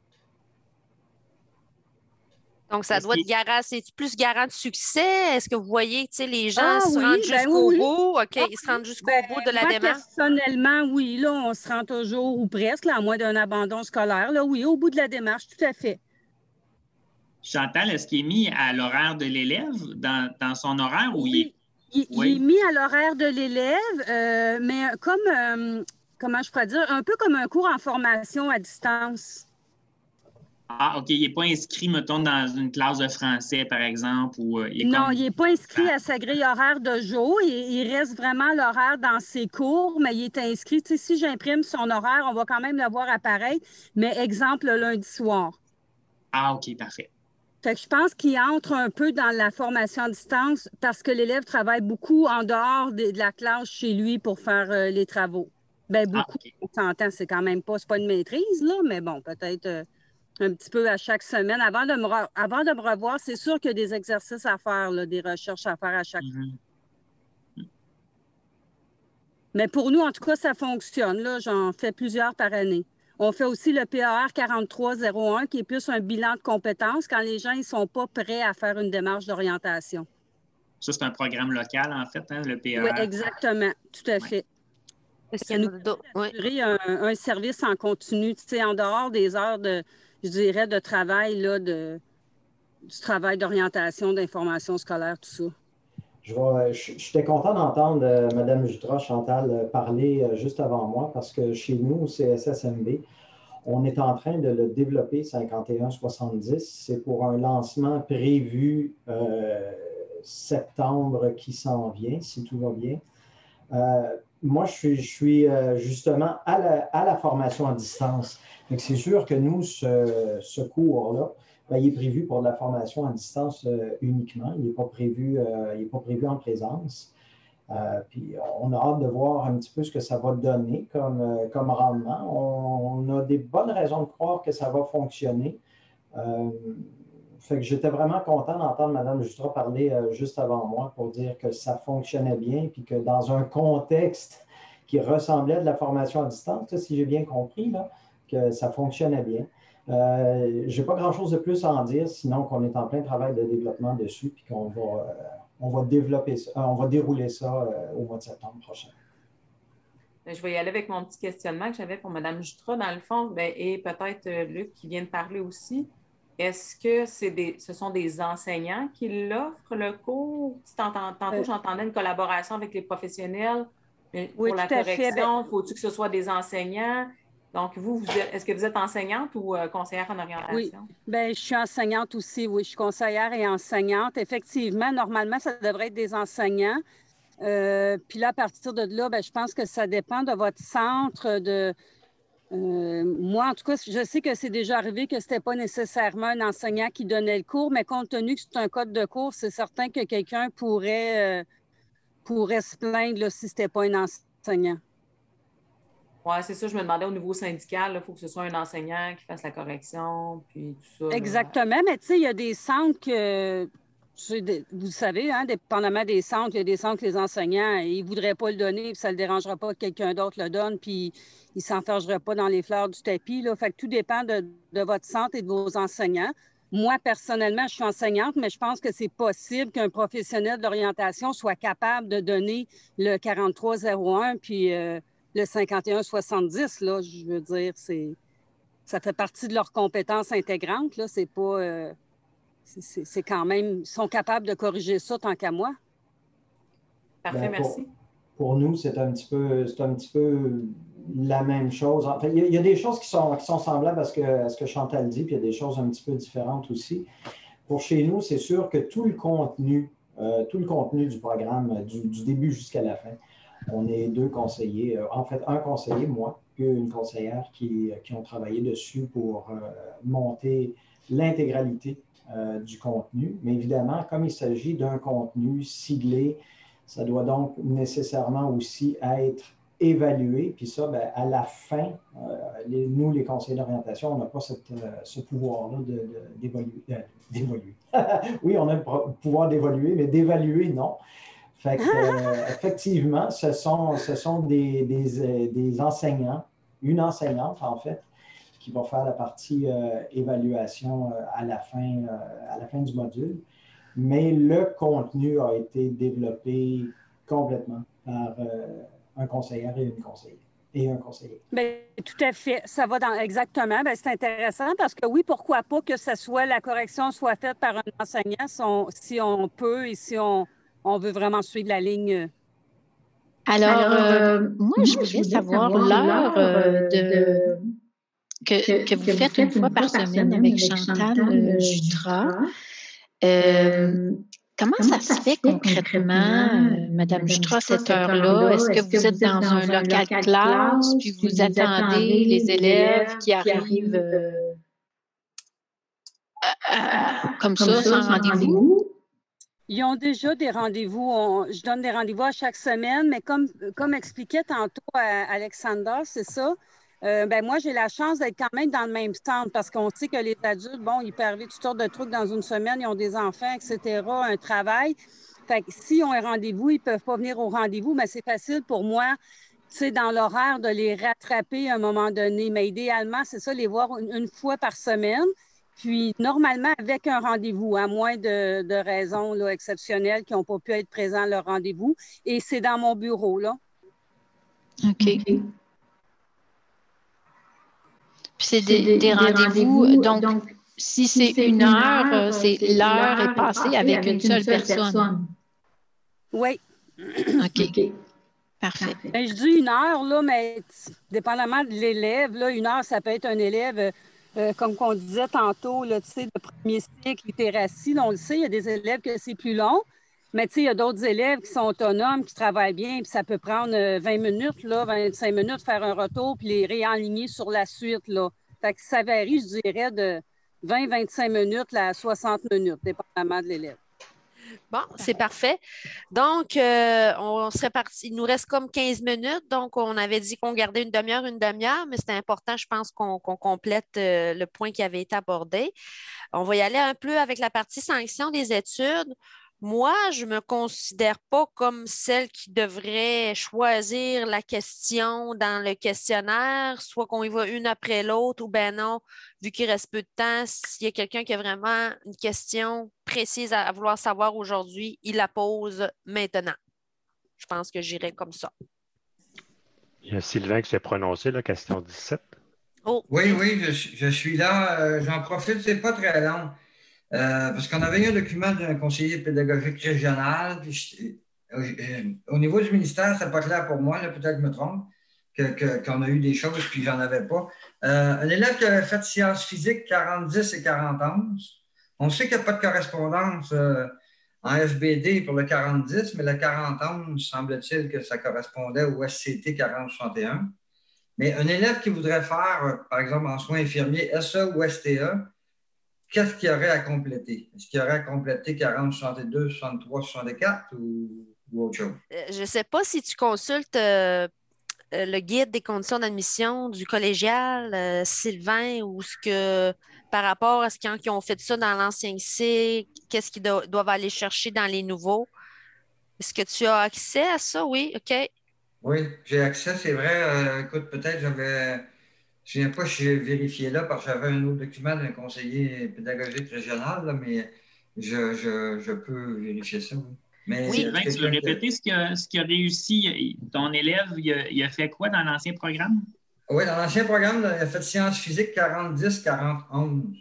Donc, ça doit être garant, c'est plus garant de succès? Est-ce que vous voyez, tu sais, les gens ah, se oui, rendent ben jusqu'au oui. bout? OK, ah, ils se rendent jusqu'au ben, bout de la moi, démarche? Personnellement, oui, là, on se rend toujours, ou presque, là, à moins d'un abandon scolaire. Là, oui, au bout de la démarche, tout à fait. Chantal, est-ce qu'il est mis à l'horaire de l'élève, dans, dans son horaire, ou oui. il est... Il, oui. il est mis à l'horaire de l'élève, euh, mais comme, euh, comment je pourrais dire, un peu comme un cours en formation à distance. Ah, OK. Il n'est pas inscrit, mettons, dans une classe de français, par exemple? Ou, euh, il est non, comme... il n'est pas inscrit à sa grille horaire de jour. Il, il reste vraiment à l'horaire dans ses cours, mais il est inscrit. Tu sais, si j'imprime son horaire, on va quand même le voir apparaître, mais exemple, le lundi soir. Ah, OK, parfait. Fait que je pense qu'il entre un peu dans la formation à distance parce que l'élève travaille beaucoup en dehors de, de la classe chez lui pour faire euh, les travaux. Bien, beaucoup, ah, okay. On s'entend, c'est quand même pas, c'est pas une maîtrise, là, mais bon, peut-être euh, un petit peu à chaque semaine. Avant de me, re, avant de me revoir, c'est sûr qu'il y a des exercices à faire, là, des recherches à faire à chaque fois. Mm-hmm. Mais pour nous, en tout cas, ça fonctionne. Là, j'en fais plusieurs par année. On fait aussi le P A R quarante-trois zéro un, qui est plus un bilan de compétences quand les gens ne sont pas prêts à faire une démarche d'orientation. Ça, c'est un programme local, en fait, hein, le P A R. Oui, exactement. Tout à fait. Ouais. Ça nous permet un, un service en continu, tu sais, en dehors des heures de, je dirais, de travail, là, de, du travail d'orientation, d'information scolaire, tout ça. Je vais, j'étais content d'entendre euh, Mme Jutras, Chantal, euh, parler euh, juste avant moi parce que chez nous, au C S S M B, on est en train de le développer, cinquante et un soixante-dix. C'est pour un lancement prévu euh, septembre qui s'en vient, si tout va bien. Euh, moi, je suis, je suis euh, justement à la, à la formation à distance. Donc, c'est sûr que nous, ce, ce cours-là, bien, il est prévu pour de la formation à distance euh, uniquement. Il n'est pas prévu, euh, il n'est pas prévu en présence. Euh, puis on a hâte de voir un petit peu ce que ça va donner comme, euh, comme rendement. On, on a des bonnes raisons de croire que ça va fonctionner. Euh, fait que j'étais vraiment content d'entendre Mme Jutras parler euh, juste avant moi pour dire que ça fonctionnait bien puis que dans un contexte qui ressemblait de la formation à distance, là, si j'ai bien compris, là, que ça fonctionnait bien. Euh, je n'ai pas grand-chose de plus à en dire, sinon qu'on est en plein travail de développement dessus puis qu'on va, euh, on va développer ça, euh, on va dérouler ça euh, au mois de septembre prochain. Je vais y aller avec mon petit questionnement que j'avais pour Mme Jutras, dans le fond, bien, et peut-être euh, Luc qui vient de parler aussi. Est-ce que c'est des, ce sont des enseignants qui l'offrent, le cours? Tantôt, euh, j'entendais une collaboration avec les professionnels mais oui, pour la tout à fait. correction. Faut-il que ce soit des enseignants? Donc, vous, vous êtes, est-ce que vous êtes enseignante ou euh, conseillère en orientation? Oui, bien, je suis enseignante aussi, oui. Je suis conseillère et enseignante. Effectivement, normalement, ça devrait être des enseignants. Euh, puis là, à partir de là, bien, je pense que ça dépend de votre centre de... Euh, moi, en tout cas, je sais que c'est déjà arrivé que ce n'était pas nécessairement un enseignant qui donnait le cours, mais compte tenu que c'est un code de cours, c'est certain que quelqu'un pourrait, euh, pourrait se plaindre là, si ce n'était pas un enseignant. Oui, c'est ça. Je me demandais au niveau syndical, il faut que ce soit un enseignant qui fasse la correction, puis tout ça. Exactement, là. Mais tu sais, il y a des centres que, vous savez, hein, dépendamment des centres, il y a des centres que les enseignants, ils ne voudraient pas le donner, puis ça ne le dérangera pas que quelqu'un d'autre le donne, puis ils ne s'enfergeraient pas dans les fleurs du tapis. Là. Fait que tout dépend de, de votre centre et de vos enseignants. Moi, personnellement, je suis enseignante, mais je pense que c'est possible qu'un professionnel d'orientation soit capable de donner le quarante-trois zéro un puis euh, le cinquante et un soixante-dix. Là, je veux dire, c'est, ça fait partie de leurs compétences intégrantes. Là, c'est pas... Euh, C'est, c'est quand même... Ils sont capables de corriger ça tant qu'à moi. Parfait, ben, pour, merci. Pour nous, c'est un petit peu, c'est un petit peu la même chose. En fait, il y a, il y a des choses qui sont, qui sont semblables à ce, que, à ce que Chantal dit, puis il y a des choses un petit peu différentes aussi. Pour chez nous, c'est sûr que tout le contenu, euh, tout le contenu du programme, du, du début jusqu'à la fin, on est deux conseillers, euh, en fait, un conseiller, moi, puis une conseillère qui, qui ont travaillé dessus pour euh, monter l'intégralité Euh, du contenu. Mais évidemment, comme il s'agit d'un contenu ciblé, ça doit donc nécessairement aussi être évalué. Puis ça, bien, à la fin, euh, les, nous, les conseillers d'orientation, on n'a pas cette, euh, ce pouvoir-là de, de, d'évaluer. Euh, d'évaluer. Oui, on a le pouvoir d'évaluer, mais d'évaluer, non. Fait que, euh, effectivement, ce sont, ce sont des, des, des enseignants, une enseignante, en fait, qui va faire la partie euh, évaluation euh, à, la fin, euh, à la fin du module. Mais le contenu a été développé complètement par euh, un conseillère et une conseillère. Et un conseiller. Bien, tout à fait. Ça va dans... Exactement. Bien, c'est intéressant parce que oui, pourquoi pas que ça soit, la correction soit faite par un enseignant si on, si on peut et si on, on veut vraiment suivre la ligne. Alors, Alors euh, euh, moi, moi, je voulais, je voulais savoir, savoir l'heure euh, de... de... Que, que, que vous que faites une fois par semaine avec Chantal, Chantal Jutras. Euh, comment, comment ça se fait concrètement, euh, Madame Jutras, cette heure-là? Est-ce que vous, vous êtes dans, dans un local classe, classe puis vous, vous attendez les élèves qui arrivent euh, euh, comme, comme ça, sans rendez-vous? rendez-vous? Ils ont déjà des rendez-vous. On, je donne des rendez-vous à chaque semaine, mais comme, comme expliquait tantôt à Alexander, c'est ça. Euh, ben moi, j'ai la chance d'être quand même dans le même centre parce qu'on sait que les adultes, bon, il peut arriver toutes sortes de trucs dans une semaine, ils ont des enfants, et cetera, un travail. Fait que s'ils ont un rendez-vous, ils ne peuvent pas venir au rendez-vous, mais c'est facile pour moi, tu sais, dans l'horaire, de les rattraper à un moment donné. Mais idéalement, c'est ça, les voir une, une fois par semaine. Puis, normalement, avec un rendez-vous, à moins de, de raisons là, exceptionnelles qui n'ont pas pu être présents à leur rendez-vous. Et c'est dans mon bureau, là. OK. okay. Puis c'est des, des, des rendez-vous, rendez-vous donc, donc si c'est si une heure, heure c'est l'heure est passée avec, avec une seule, une seule personne. personne. Oui. OK. okay. Parfait. Ben, je dis une heure, là, mais dépendamment de l'élève, là, une heure, ça peut être un élève, euh, comme on disait tantôt, là, tu sais, le premier cycle littératie, on le sait, il y a des élèves que c'est plus long, mais tu sais, il y a d'autres élèves qui sont autonomes, qui travaillent bien, puis ça peut prendre vingt minutes, là, vingt-cinq minutes, faire un retour, puis les réaligner sur la suite, là. Fait que ça varie, je dirais, de vingt à vingt-cinq minutes là, à soixante minutes, dépendamment de l'élève. Bon, c'est parfait. Donc, euh, on serait parti. Il nous reste comme quinze minutes. Donc, on avait dit qu'on gardait une demi-heure, une demi-heure, mais c'était important, je pense, qu'on qu'on complète euh, le point qui avait été abordé. On va y aller un peu avec la partie sanction des études. Moi, je ne me considère pas comme celle qui devrait choisir la question dans le questionnaire, soit qu'on y va une après l'autre ou bien non, vu qu'il reste peu de temps, s'il y a quelqu'un qui a vraiment une question précise à vouloir savoir aujourd'hui, il la pose maintenant. Je pense que j'irai comme ça. Il y a Sylvain qui s'est prononcé, la question dix-sept. Oh. Oui, oui, je, je suis là. Euh, j'en profite, c'est pas très long. Euh, parce qu'on avait eu un document d'un conseiller pédagogique régional. Puis je, euh, au niveau du ministère, c'est pas clair pour moi, là, peut-être que je me trompe, que, que, qu'on a eu des choses puis j'en avais pas. Euh, un élève qui avait fait sciences physiques quarante dix et quarante onze, on sait qu'il n'y a pas de correspondance euh, en F B D pour le quarante dix, mais le quarante onze, semble-t-il que ça correspondait au S C T quarante soixante et un. Mais un élève qui voudrait faire, par exemple, en soins infirmiers, S A ou S T A, qu'est-ce qu'il y aurait à compléter? Est-ce qu'il y aurait à compléter quarante, soixante-deux, soixante-trois, soixante-quatre ou, ou autre chose? Je ne sais pas si tu consultes euh, le guide des conditions d'admission du collégial, euh, Sylvain, ou ce que par rapport à ce qu'ils ont fait ça dans l'ancien lycée, qu'est-ce qu'ils do- doivent aller chercher dans les nouveaux? Est-ce que tu as accès à ça? Oui, OK. Oui, j'ai accès, c'est vrai. Euh, écoute, peut-être j'avais. Je ne me souviens pas si j'ai vérifié là parce que j'avais un autre document d'un conseiller pédagogique régional, là, mais je, je, je peux vérifier ça, oui. Mais oui, Sylvain, tu veux répéter ce qu'il a, ce qu'il a réussi? Ton élève, il a, il a fait quoi dans l'ancien programme? Oui, dans l'ancien programme, il a fait sciences physiques quarante dix, quarante onze.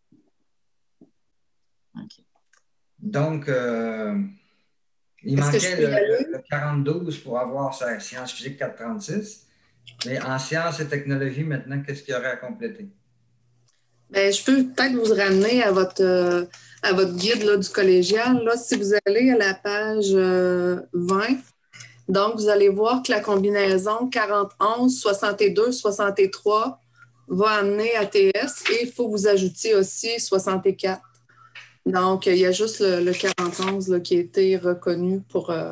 OK. Donc, euh, il manquait le, le quarante douze pour avoir sa sciences physiques quatre trente-six. Mais en sciences et technologies, maintenant, qu'est-ce qu'il y aurait à compléter? Bien, je peux peut-être vous ramener à votre, euh, à votre guide là, du collégial. Là, si vous allez à la page euh, vingt, donc vous allez voir que la combinaison quarante onze, soixante-deux, soixante-trois va amener à T S et il faut que vous ajoutiez aussi soixante-quatre. Donc, il y a juste le, le quarante onze là, qui a été reconnu pour... Euh...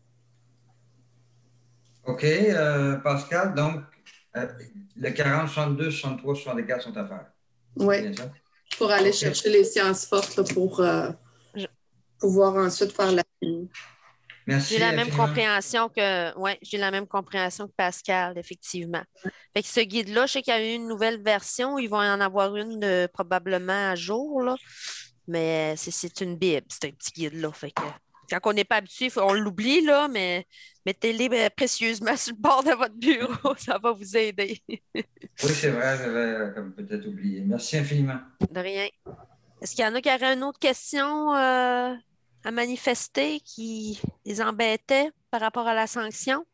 OK, euh, Pascal, donc euh, le quarante, soixante-deux, soixante-trois, soixante-quatre sont à faire. Oui, pour aller okay. chercher les sciences fortes là, pour euh, Je... pouvoir ensuite faire la... Merci. J'ai la même compréhension que ouais, j'ai la même compréhension que Pascal, effectivement. Fait que ce guide-là, je sais qu'il y a eu une nouvelle version, ils vont en avoir une de, probablement à jour, là. Mais c'est une Bible, c'est un petit guide-là. Fait que quand on n'est pas habitué, on l'oublie, là, mais mettez-les précieusement sur le bord de votre bureau, ça va vous aider. Oui, c'est vrai, j'avais peut-être oublié. Merci infiniment. De rien. Est-ce qu'il y en a qui auraient une autre question euh, à manifester qui les embêtait par rapport à la sanction?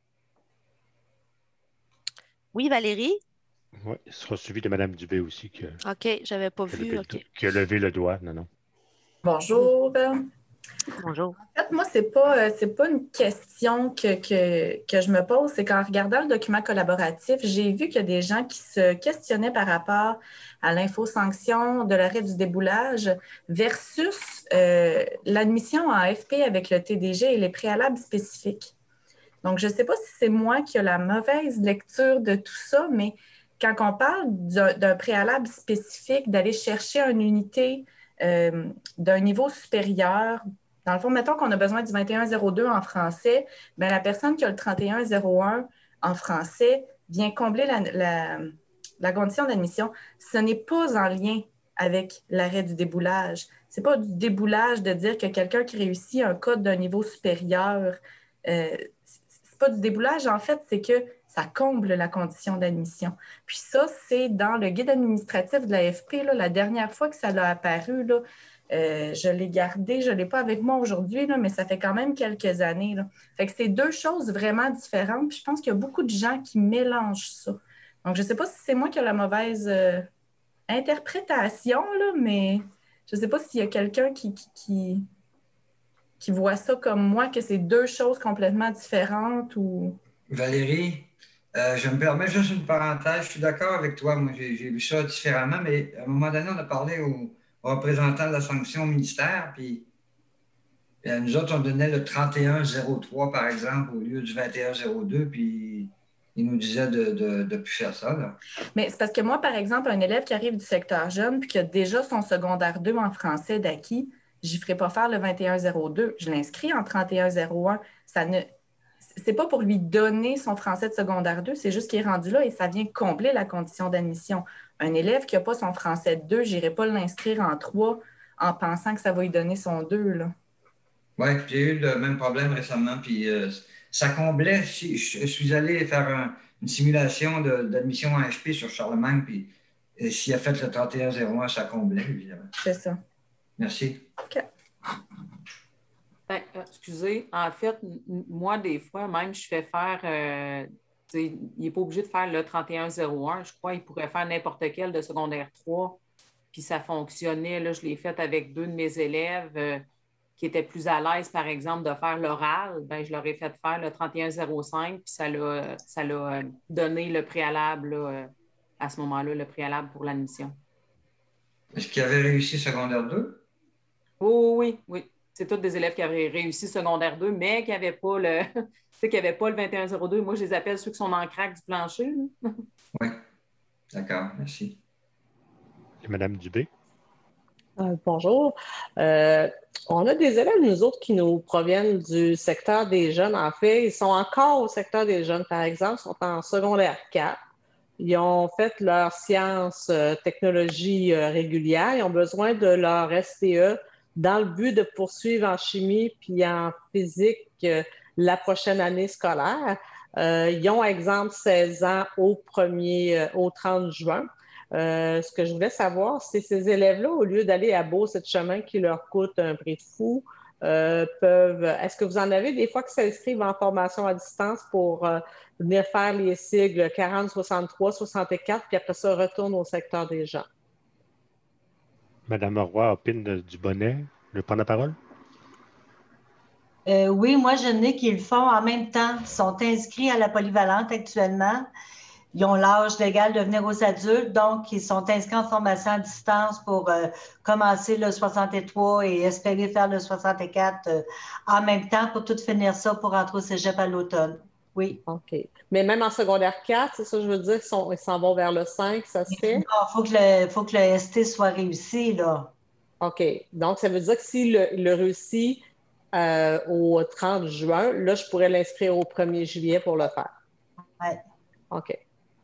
Oui, Valérie? Oui, ce sera suivi de Mme Dubé aussi. Qui a, OK, je n'avais pas qui vu. A okay. Qui a levé le doigt. Non, non. Bonjour. Bonjour. En fait, moi, ce n'est pas, c'est pas une question que, que, que je me pose. C'est qu'en regardant le document collaboratif, j'ai vu qu'il y a des gens qui se questionnaient par rapport à l'infosanction de l'arrêt du déboulage versus euh, l'admission en F P avec le T D G et les préalables spécifiques. Donc, je ne sais pas si c'est moi qui ai la mauvaise lecture de tout ça, mais quand on parle d'un préalable spécifique, d'aller chercher une unité euh, d'un niveau supérieur, dans le fond, mettons qu'on a besoin du vingt et un zéro deux en français, bien, la personne qui a le trente et un zéro un en français vient combler la, la, la condition d'admission. Ce n'est pas en lien avec l'arrêt du déboulage. Ce n'est pas du déboulage de dire que quelqu'un qui réussit un code d'un niveau supérieur, euh, c'est pas du déboulage, en fait, c'est que ça comble la condition d'admission. Puis ça, c'est dans le guide administratif de la F P, là, la dernière fois que ça a apparu, là, euh, je l'ai gardé, je ne l'ai pas avec moi aujourd'hui, mais ça fait quand même quelques années. Là. Fait que c'est deux choses vraiment différentes. Puis je pense qu'il y a beaucoup de gens qui mélangent ça. Donc, je ne sais pas si c'est moi qui ai la mauvaise euh, interprétation, là, mais je ne sais pas s'il y a quelqu'un qui, qui, qui, qui voit ça comme moi, que c'est deux choses complètement différentes ou... Valérie, euh, je me permets juste une parenthèse. Je suis d'accord avec toi. Moi, j'ai vu ça différemment, mais à un moment donné, on a parlé au, au représentant de la sanction au ministère, puis, puis nous autres, on donnait le trente et un zéro trois, par exemple, au lieu du vingt et un zéro deux, puis il nous disait de ne de, de plus faire ça. Là. Mais c'est parce que moi, par exemple, un élève qui arrive du secteur jeune, puis qui a déjà son secondaire deux en français d'acquis, je ne ferai pas faire le vingt et un zéro deux. Je l'inscris en trente et un zéro un. Ça ne... C'est pas pour lui donner son français de secondaire deux, c'est juste qu'il est rendu là et ça vient combler la condition d'admission. Un élève qui n'a pas son français de deux, je n'irai pas l'inscrire en trois en pensant que ça va lui donner son deux. Oui, j'ai eu le même problème récemment, puis euh, ça comblait. Si, je suis allé faire un, une simulation d'admission en H P sur Charlemagne, puis s'il a fait le trente et un zéro un, ça comblait, évidemment. C'est ça. Merci. OK. Ben, euh, excusez, en fait, moi, des fois, même, je fais faire, euh, il n'est pas obligé de faire le trente et un zéro un, je crois, il pourrait faire n'importe quel de secondaire trois, puis ça fonctionnait, là, je l'ai fait avec deux de mes élèves euh, qui étaient plus à l'aise, par exemple, de faire l'oral, ben, je leur ai fait faire le trente et un zéro cinq, puis ça l'a, ça l'a donné le préalable, là, à ce moment-là, le préalable pour l'admission. Est-ce qu'ils avaient réussi secondaire deux? Oh, oui, oui. C'est tous des élèves qui avaient réussi secondaire deux, mais qui n'avaient pas le qui n'avaient pas le vingt et un zéro deux. Moi, je les appelle ceux qui sont dans le crack du plancher. Oui. D'accord, merci. Et Madame Dubé? Euh, bonjour. Euh, on a des élèves, nous autres, qui nous proviennent du secteur des jeunes. En fait, ils sont encore au secteur des jeunes, par exemple, ils sont en secondaire quatre. Ils ont fait leur sciences, euh, technologie euh, régulière. Ils ont besoin de leur S T E dans le but de poursuivre en chimie puis en physique euh, la prochaine année scolaire. Euh, ils ont, exemple, seize ans au premier, euh, au trente juin. Euh, ce que je voulais savoir, c'est ces élèves-là, au lieu d'aller à Beau-Sept-Chemin qui leur coûte un prix de fou, euh, peuvent. Est-ce que vous en avez des fois qui s'inscrivent en formation à distance pour euh, venir faire les sigles quarante, soixante-trois, soixante-quatre, puis après ça, retournent au secteur des gens? Madame Roy Opine de- du Bonnet, je prends la parole? Euh, oui, moi, j'en ai qui le font en même temps. Ils sont inscrits à la polyvalente actuellement. Ils ont l'âge légal de venir aux adultes, donc ils sont inscrits en formation à distance pour euh, commencer le soixante-trois et espérer faire le soixante-quatre euh, en même temps pour tout finir ça pour rentrer au cégep à l'automne. Oui. OK. Mais même en secondaire quatre, c'est ça que je veux dire, ils sont- ils s'en vont vers le cinq, ça se fait? Il faut que le, faut que le S T soit réussi, là. OK. Donc, ça veut dire que s'il le, il le réussit euh, au trente juin, là, je pourrais l'inscrire au premier juillet pour le faire. Oui. OK.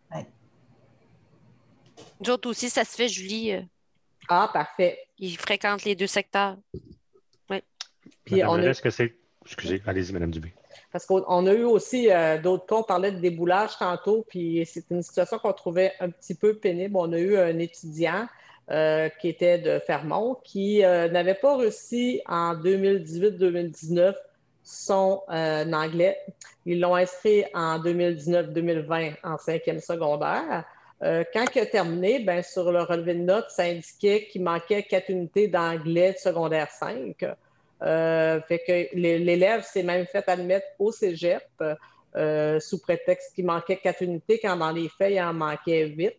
Nous autres aussi, ça se fait, Julie. euh, Ah, parfait. Ils fréquentent les deux secteurs. Oui. Puis Madame on a- Jeunesse, est-ce que c'est... Excusez, allez-y, Madame Dubé. Parce qu'on on a eu aussi euh, d'autres cas, on parlait de déboulage tantôt, puis c'est une situation qu'on trouvait un petit peu pénible. On a eu un étudiant euh, qui était de Fermont qui euh, n'avait pas réussi en deux mille dix-huit deux mille dix-neuf son euh, anglais. Ils l'ont inscrit en deux mille dix-neuf deux mille vingt en cinquième secondaire. Euh, quand il a terminé, ben, sur le relevé de notes, ça indiquait qu'il manquait quatre unités d'anglais de secondaire cinq. Euh, fait que l'élève s'est même fait admettre au cégep euh, sous prétexte qu'il manquait quatre unités, quand dans les faits, il en manquait huit.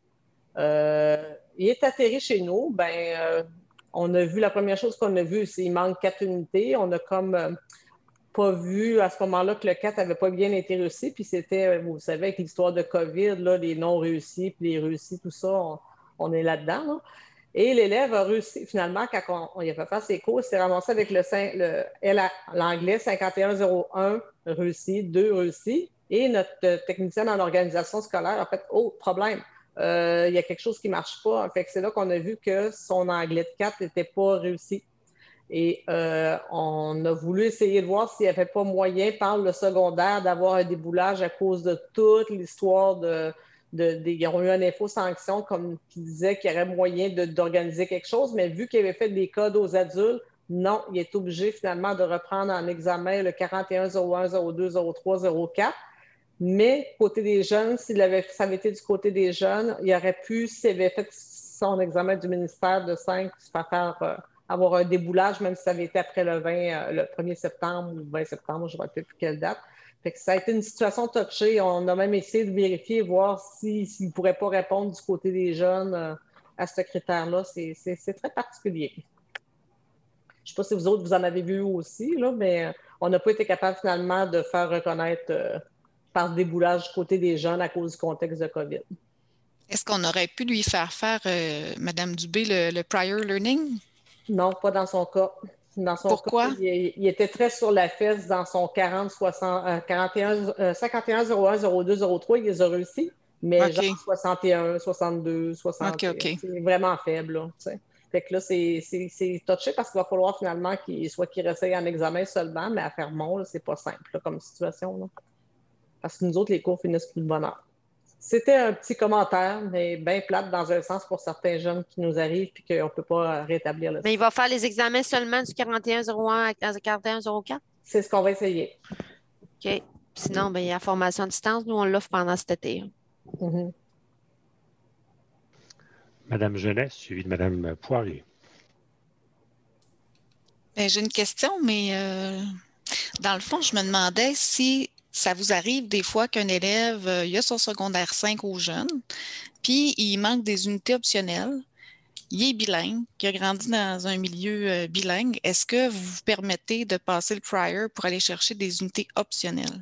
Euh, il est atterri chez nous. Ben, euh, on a vu, la première chose qu'on a vue, c'est qu'il manque quatre unités. On a comme euh, pas vu à ce moment-là que le quatre n'avait pas bien été réussi. Puis c'était, vous savez, avec l'histoire de COVID, là, les non réussis, puis les réussis, tout ça, on, on est là-dedans. Là. Et l'élève a réussi, finalement, quand on, on y a fait faire ses cours, il s'est ramassé avec le, le l'anglais cinquante et un zéro un réussi, deux réussi. Et notre technicienne en organisation scolaire a fait « Oh, problème, euh, il y a quelque chose qui ne marche pas. » Fait que c'est là qu'on a vu que son anglais de quatre n'était pas réussi. Et euh, on a voulu essayer de voir s'il n'y avait pas moyen, par le secondaire, d'avoir un déboulage à cause de toute l'histoire de... De, de, ils ont eu une info-sanction comme qui disait qu'il y aurait moyen de, d'organiser quelque chose, mais vu qu'il avait fait des codes aux adultes, non, il est obligé finalement de reprendre en examen le quarante et un zéro un zéro deux zéro trois zéro quatre. Mais côté des jeunes, s'il avait, ça avait été du côté des jeunes, il aurait pu, s'il avait fait son examen du ministère de cinq, se faire faire, euh, avoir un déboulage, même si ça avait été après le vingt, euh, le premier septembre ou vingt septembre, je ne sais plus quelle date. Fait que ça a été une situation touchée. On a même essayé de vérifier, voir s'il si, ne pourrait pas répondre du côté des jeunes euh, à ce critère-là. C'est, c'est, c'est très particulier. Je ne sais pas si vous autres, vous en avez vu aussi, là, mais on n'a pas été capable finalement de faire reconnaître euh, par déboulage du côté des jeunes à cause du contexte de COVID. Est-ce qu'on aurait pu lui faire faire, euh, Mme Dubé, le, le prior learning? Non, pas dans son cas. Dans son Pourquoi? Cas, il, il était très sur la fesse dans son quarante, soixante, euh, quarante et un, euh, cinquante et un zéro un zéro deux zéro trois, il les a réussi, mais okay. genre soixante et un, soixante-deux, soixante. Okay, okay. C'est vraiment faible. Là, t'sais. Fait que là, c'est, c'est, c'est touché parce qu'il va falloir finalement qu'il soit qu'il réessaye en examen seulement, mais à Fermont, là, c'est pas simple là, comme situation. Là. Parce que nous autres, les cours finissent plus de bonne heure. C'était un petit commentaire, mais bien plate dans un sens pour certains jeunes qui nous arrivent et qu'on ne peut pas rétablir le Mais il va faire les examens seulement du quarante et un zéro un à quarante et un zéro quatre? C'est ce qu'on va essayer. OK. Sinon, ben, il y a la formation à distance. Nous, on l'offre pendant cet été. Mm-hmm. Madame Jeunesse, suivie de Madame Poirier. Ben, j'ai une question, mais euh, dans le fond, je me demandais si ça vous arrive des fois qu'un élève, euh, il a son secondaire cinq aux jeunes, puis il manque des unités optionnelles. Il est bilingue, qui a grandi dans un milieu euh, bilingue. Est-ce que vous vous permettez de passer le prior pour aller chercher des unités optionnelles?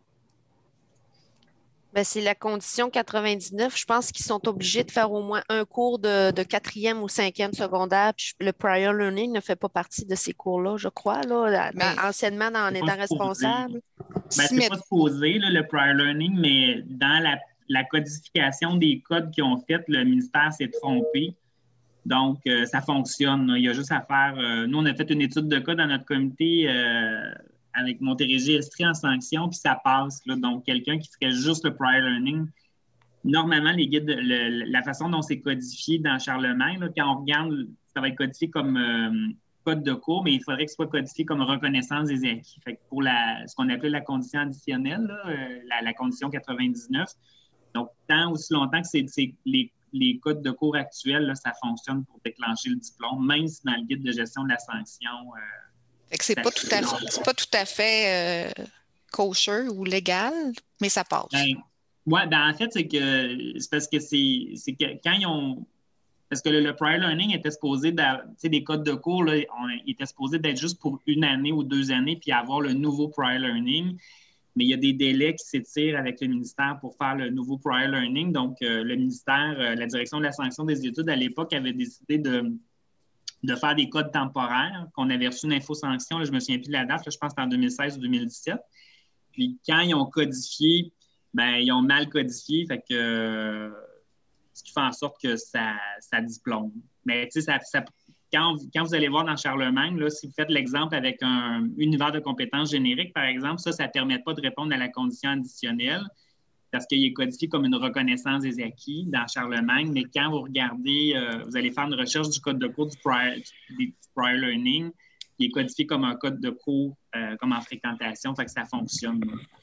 Ben, c'est la condition quatre-vingt-dix-neuf. Je pense qu'ils sont obligés de faire au moins un cours de, de quatrième ou cinquième secondaire. Puis le prior learning ne fait pas partie de ces cours-là, je crois, là, dans- anciennement dans, en C'est étant pas supposé. responsable. Ben, c'est pas supposé, là, le prior learning, mais dans la, la codification des codes qu'ils ont fait, le ministère s'est trompé. Donc, euh, ça fonctionne, là. Il y a juste à faire... euh, nous, on a fait une étude de cas dans notre comité euh, avec Montérégie Estrie en sanction, puis ça passe, là. Donc, quelqu'un qui ferait juste le prior learning, normalement, les guides, le- la façon dont c'est codifié dans Charlemagne, là, quand on regarde, ça va être codifié comme euh, code de cours, mais il faudrait que ce soit codifié comme reconnaissance des acquis. Fait que pour la, ce qu'on appelait la condition additionnelle, là, euh, la, la condition quatre-vingt-dix-neuf, donc, tant aussi longtemps que c'est c'est les les codes de cours actuels, là, ça fonctionne pour déclencher le diplôme, même si dans le guide de gestion de la sanction... Euh, Fait que c'est pas tout à fait, c'est pas tout à fait euh, kosher ou légal, mais ça passe. Ben, ouais, ben en fait, c'est que c'est parce que c'est c'est que quand ils ont... Parce que le, le prior learning était supposé, tu sais, des codes de cours, là, on, il était supposé d'être juste pour une année ou deux années, puis avoir le nouveau prior learning. Mais il y a des délais qui s'étirent avec le ministère pour faire le nouveau prior learning. Donc, euh, le ministère, euh, la direction de la sanction des études à l'époque avait décidé de, de faire des codes temporaires, qu'on avait reçu une info-sanction, là, je ne me souviens plus de la date, là, je pense que c'était en deux mille seize ou deux mille dix-sept. Puis, quand ils ont codifié, ben ils ont mal codifié, fait que, euh, ce qui fait en sorte que ça, ça diplôme. Mais tu sais, ça, ça, quand, quand vous allez voir dans Charlemagne, là, si vous faites l'exemple avec un univers de compétences génériques, par exemple, ça, ça ne permet pas de répondre à la condition additionnelle parce qu'il est codifié comme une reconnaissance des acquis dans Charlemagne. Mais quand vous regardez, euh, vous allez faire une recherche du code de cours du prior, du prior learning, il est codifié comme un code de cours, euh, comme en fréquentation, fait que ça fonctionne.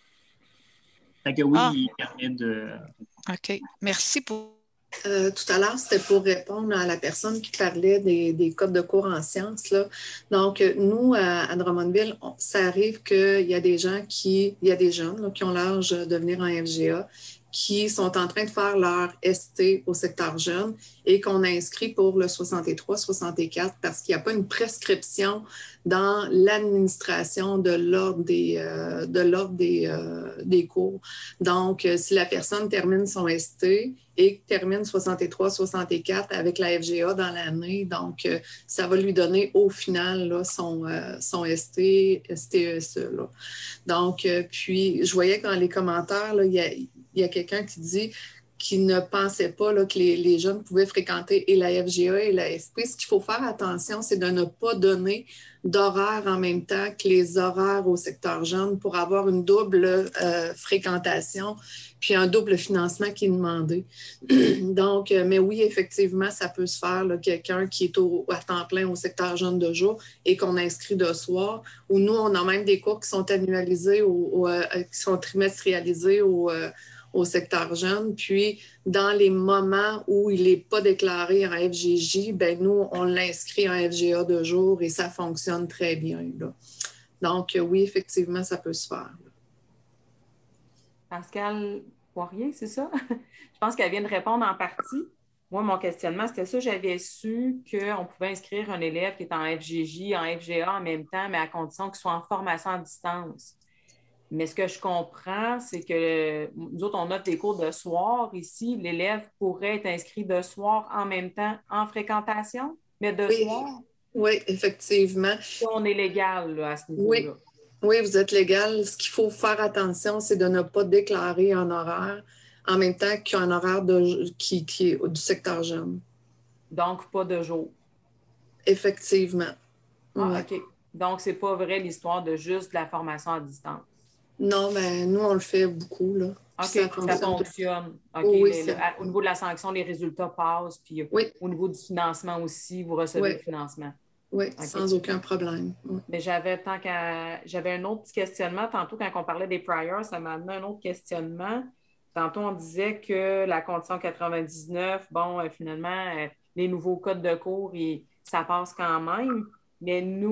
Fait que oui, Ah. il permet de... OK. Merci pour... Euh, tout à l'heure, c'était pour répondre à la personne qui parlait des, des codes de cours en sciences, là. Donc, euh, nous, à, à Drummondville, on- ça arrive qu'il y a des gens qui, il y a des jeunes là, qui ont l'âge de venir en F G A, qui sont en train de faire leur S T au secteur jeune et qu'on a inscrit pour le soixante-trois soixante-quatre parce qu'il n'y a pas une prescription dans l'administration de l'ordre des, euh, de l'ordre des, euh, des cours. Donc, euh, si la personne termine son S T et termine soixante-trois soixante-quatre avec la F G A dans l'année, donc euh, ça va lui donner au final là, son, euh, son S T, S T E S E. Là. Donc, euh, puis, je voyais que dans les commentaires, là, il y a, il y a quelqu'un qui dit qu'il ne pensait pas là, que les, les jeunes pouvaient fréquenter et la F G A et la F P. Ce qu'il faut faire attention, c'est de ne pas donner d'horaires en même temps que les horaires au secteur jeune pour avoir une double euh, fréquentation puis un double financement qui est demandé. Donc, euh, mais oui, effectivement, ça peut se faire, là, quelqu'un qui est au, à temps plein au secteur jeune de jour et qu'on inscrit de soir, ou nous, on a même des cours qui sont annualisés ou, ou euh, qui sont trimestrialisés au, euh, au secteur jeune. Puis, dans les moments où il n'est pas déclaré en F G J, ben nous, on l'inscrit en F G A de jour et ça fonctionne très bien, là. Donc, euh, oui, effectivement, ça peut se faire. Pascal Poirier, c'est ça? Je pense qu'elle vient de répondre en partie. Moi, mon questionnement, c'était ça. J'avais su qu'on pouvait inscrire un élève qui est en F G J, en F G A en même temps, mais à condition qu'il soit en formation à distance. Mais ce que je comprends, c'est que nous autres, on offre des cours de soir ici. L'élève pourrait être inscrit de soir en même temps en fréquentation, mais de Oui. soir. Oui, effectivement. Si on est légal là, à ce niveau-là. Oui. Oui, vous êtes légal. Ce qu'il faut faire attention, c'est de ne pas déclarer un horaire en même temps qu'un horaire de, qui, qui est du secteur jeune. Donc, pas de jour. Effectivement. Ah, Ouais. OK. Donc, c'est pas vrai l'histoire de juste de la formation à distance. Non, mais nous, on le fait beaucoup, là. OK, Puis ça fonctionne. fonctionne. OK, Oui, le- c'est- le- à- au niveau de la sanction, les résultats passent. Puis Oui. au niveau du financement aussi, vous recevez Oui. le financement. Oui, OK. sans aucun problème. Oui. Mais j'avais tant qu'à. J'avais un autre petit questionnement. Tantôt, quand on parlait des priors, ça m'a amené un autre questionnement. Tantôt, on disait que la condition quatre-vingt-dix-neuf, bon, euh, finalement, euh, les nouveaux codes de cours, ils- ça passe quand même. Mais nous,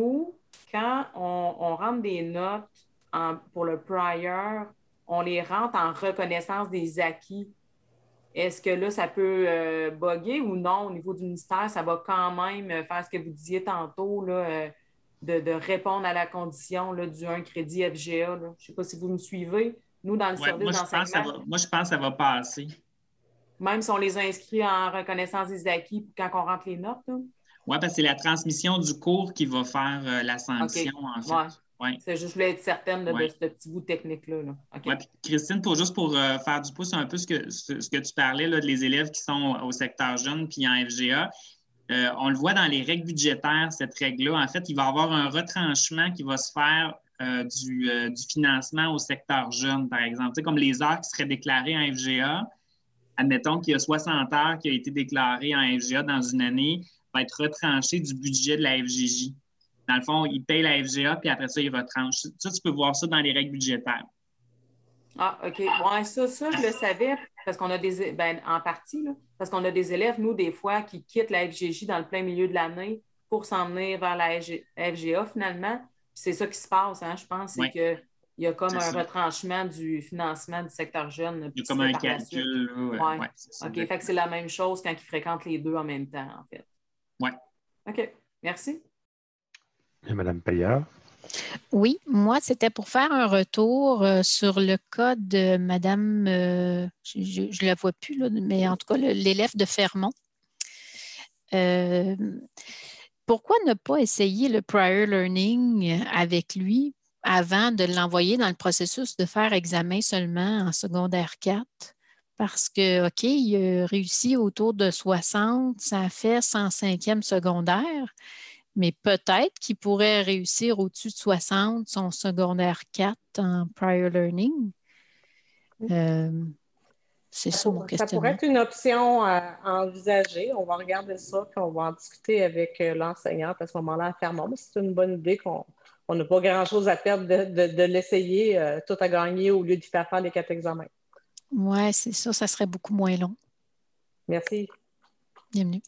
quand on, on rentre des notes en, pour le prior, on les rentre en reconnaissance des acquis. Est-ce que là, ça peut euh, bugger ou non? Au niveau du ministère, ça va quand même faire ce que vous disiez tantôt, là, euh, de, de répondre à la condition là, du un crédit F G A. Là. Je ne sais pas si vous me suivez. Nous, dans le Ouais, service moi, d'enseignement, moi, je pense que ça va passer. Même si on les inscrit en reconnaissance des acquis quand on rentre les notes. Oui, parce que c'est la transmission du cours qui va faire euh, la sanction, okay. en fait. Ouais. Ouais. C'est juste, je voulais être certaine de, ouais. de ce petit bout technique-là. Là. Okay. Oui, puis Christine, pour, juste pour euh, faire du pouce un peu ce que, ce, ce que tu parlais, là, de les élèves qui sont au secteur jeune puis en F G A, euh, on le voit dans les règles budgétaires, cette règle-là. En fait, il va y avoir un retranchement qui va se faire euh, du, euh, du financement au secteur jeune, par exemple. Tu sais, comme les heures qui seraient déclarées en F G A, admettons qu'il y a soixante heures qui ont été déclarées en F G A dans une année, va être retranché du budget de la F G J. Dans le fond, ils payent la F G A, puis après ça, ils retranchent. Ça, tu peux voir ça dans les règles budgétaires. Ah, OK. Ouais, ça, ça, je le savais, parce qu'on a des... Ben, en partie, là, parce qu'on a des élèves, nous, des fois, qui quittent la F G J dans le plein milieu de l'année pour s'en venir vers la F G A, finalement. C'est ça qui se passe, hein, je pense, c'est oui. que il y a comme un ça. retranchement du financement du secteur jeune. Il y a comme un calcul. Oui, ouais. ouais, OK. De... Fait que c'est la même chose quand ils fréquentent les deux en même temps, en fait. Oui. OK. Merci. Et Mme Payard. Oui, moi, c'était pour faire un retour euh, sur le cas de Mme, euh, je ne la vois plus, là, mais en tout cas, l'élève de Fermont. Euh, pourquoi ne pas essayer le prior learning avec lui avant de l'envoyer dans le processus de faire examen seulement en secondaire quatre? Parce que, OK, il a réussi autour de soixante, ça a fait cent cinquième secondaire, mais peut-être qu'il pourrait réussir au-dessus de soixante son secondaire quatre en prior learning. Euh, c'est ça, ça mon questionnement. Ça pourrait être une option à envisager. On va regarder ça, puis on va en discuter avec l'enseignante à ce moment-là à Fermont. C'est une bonne idée qu'on on n'a pas grand-chose à perdre de, de, de l'essayer, euh, tout à gagner au lieu d'y faire faire les quatre examens. Oui, c'est ça, ça serait beaucoup moins long. Merci. Bienvenue.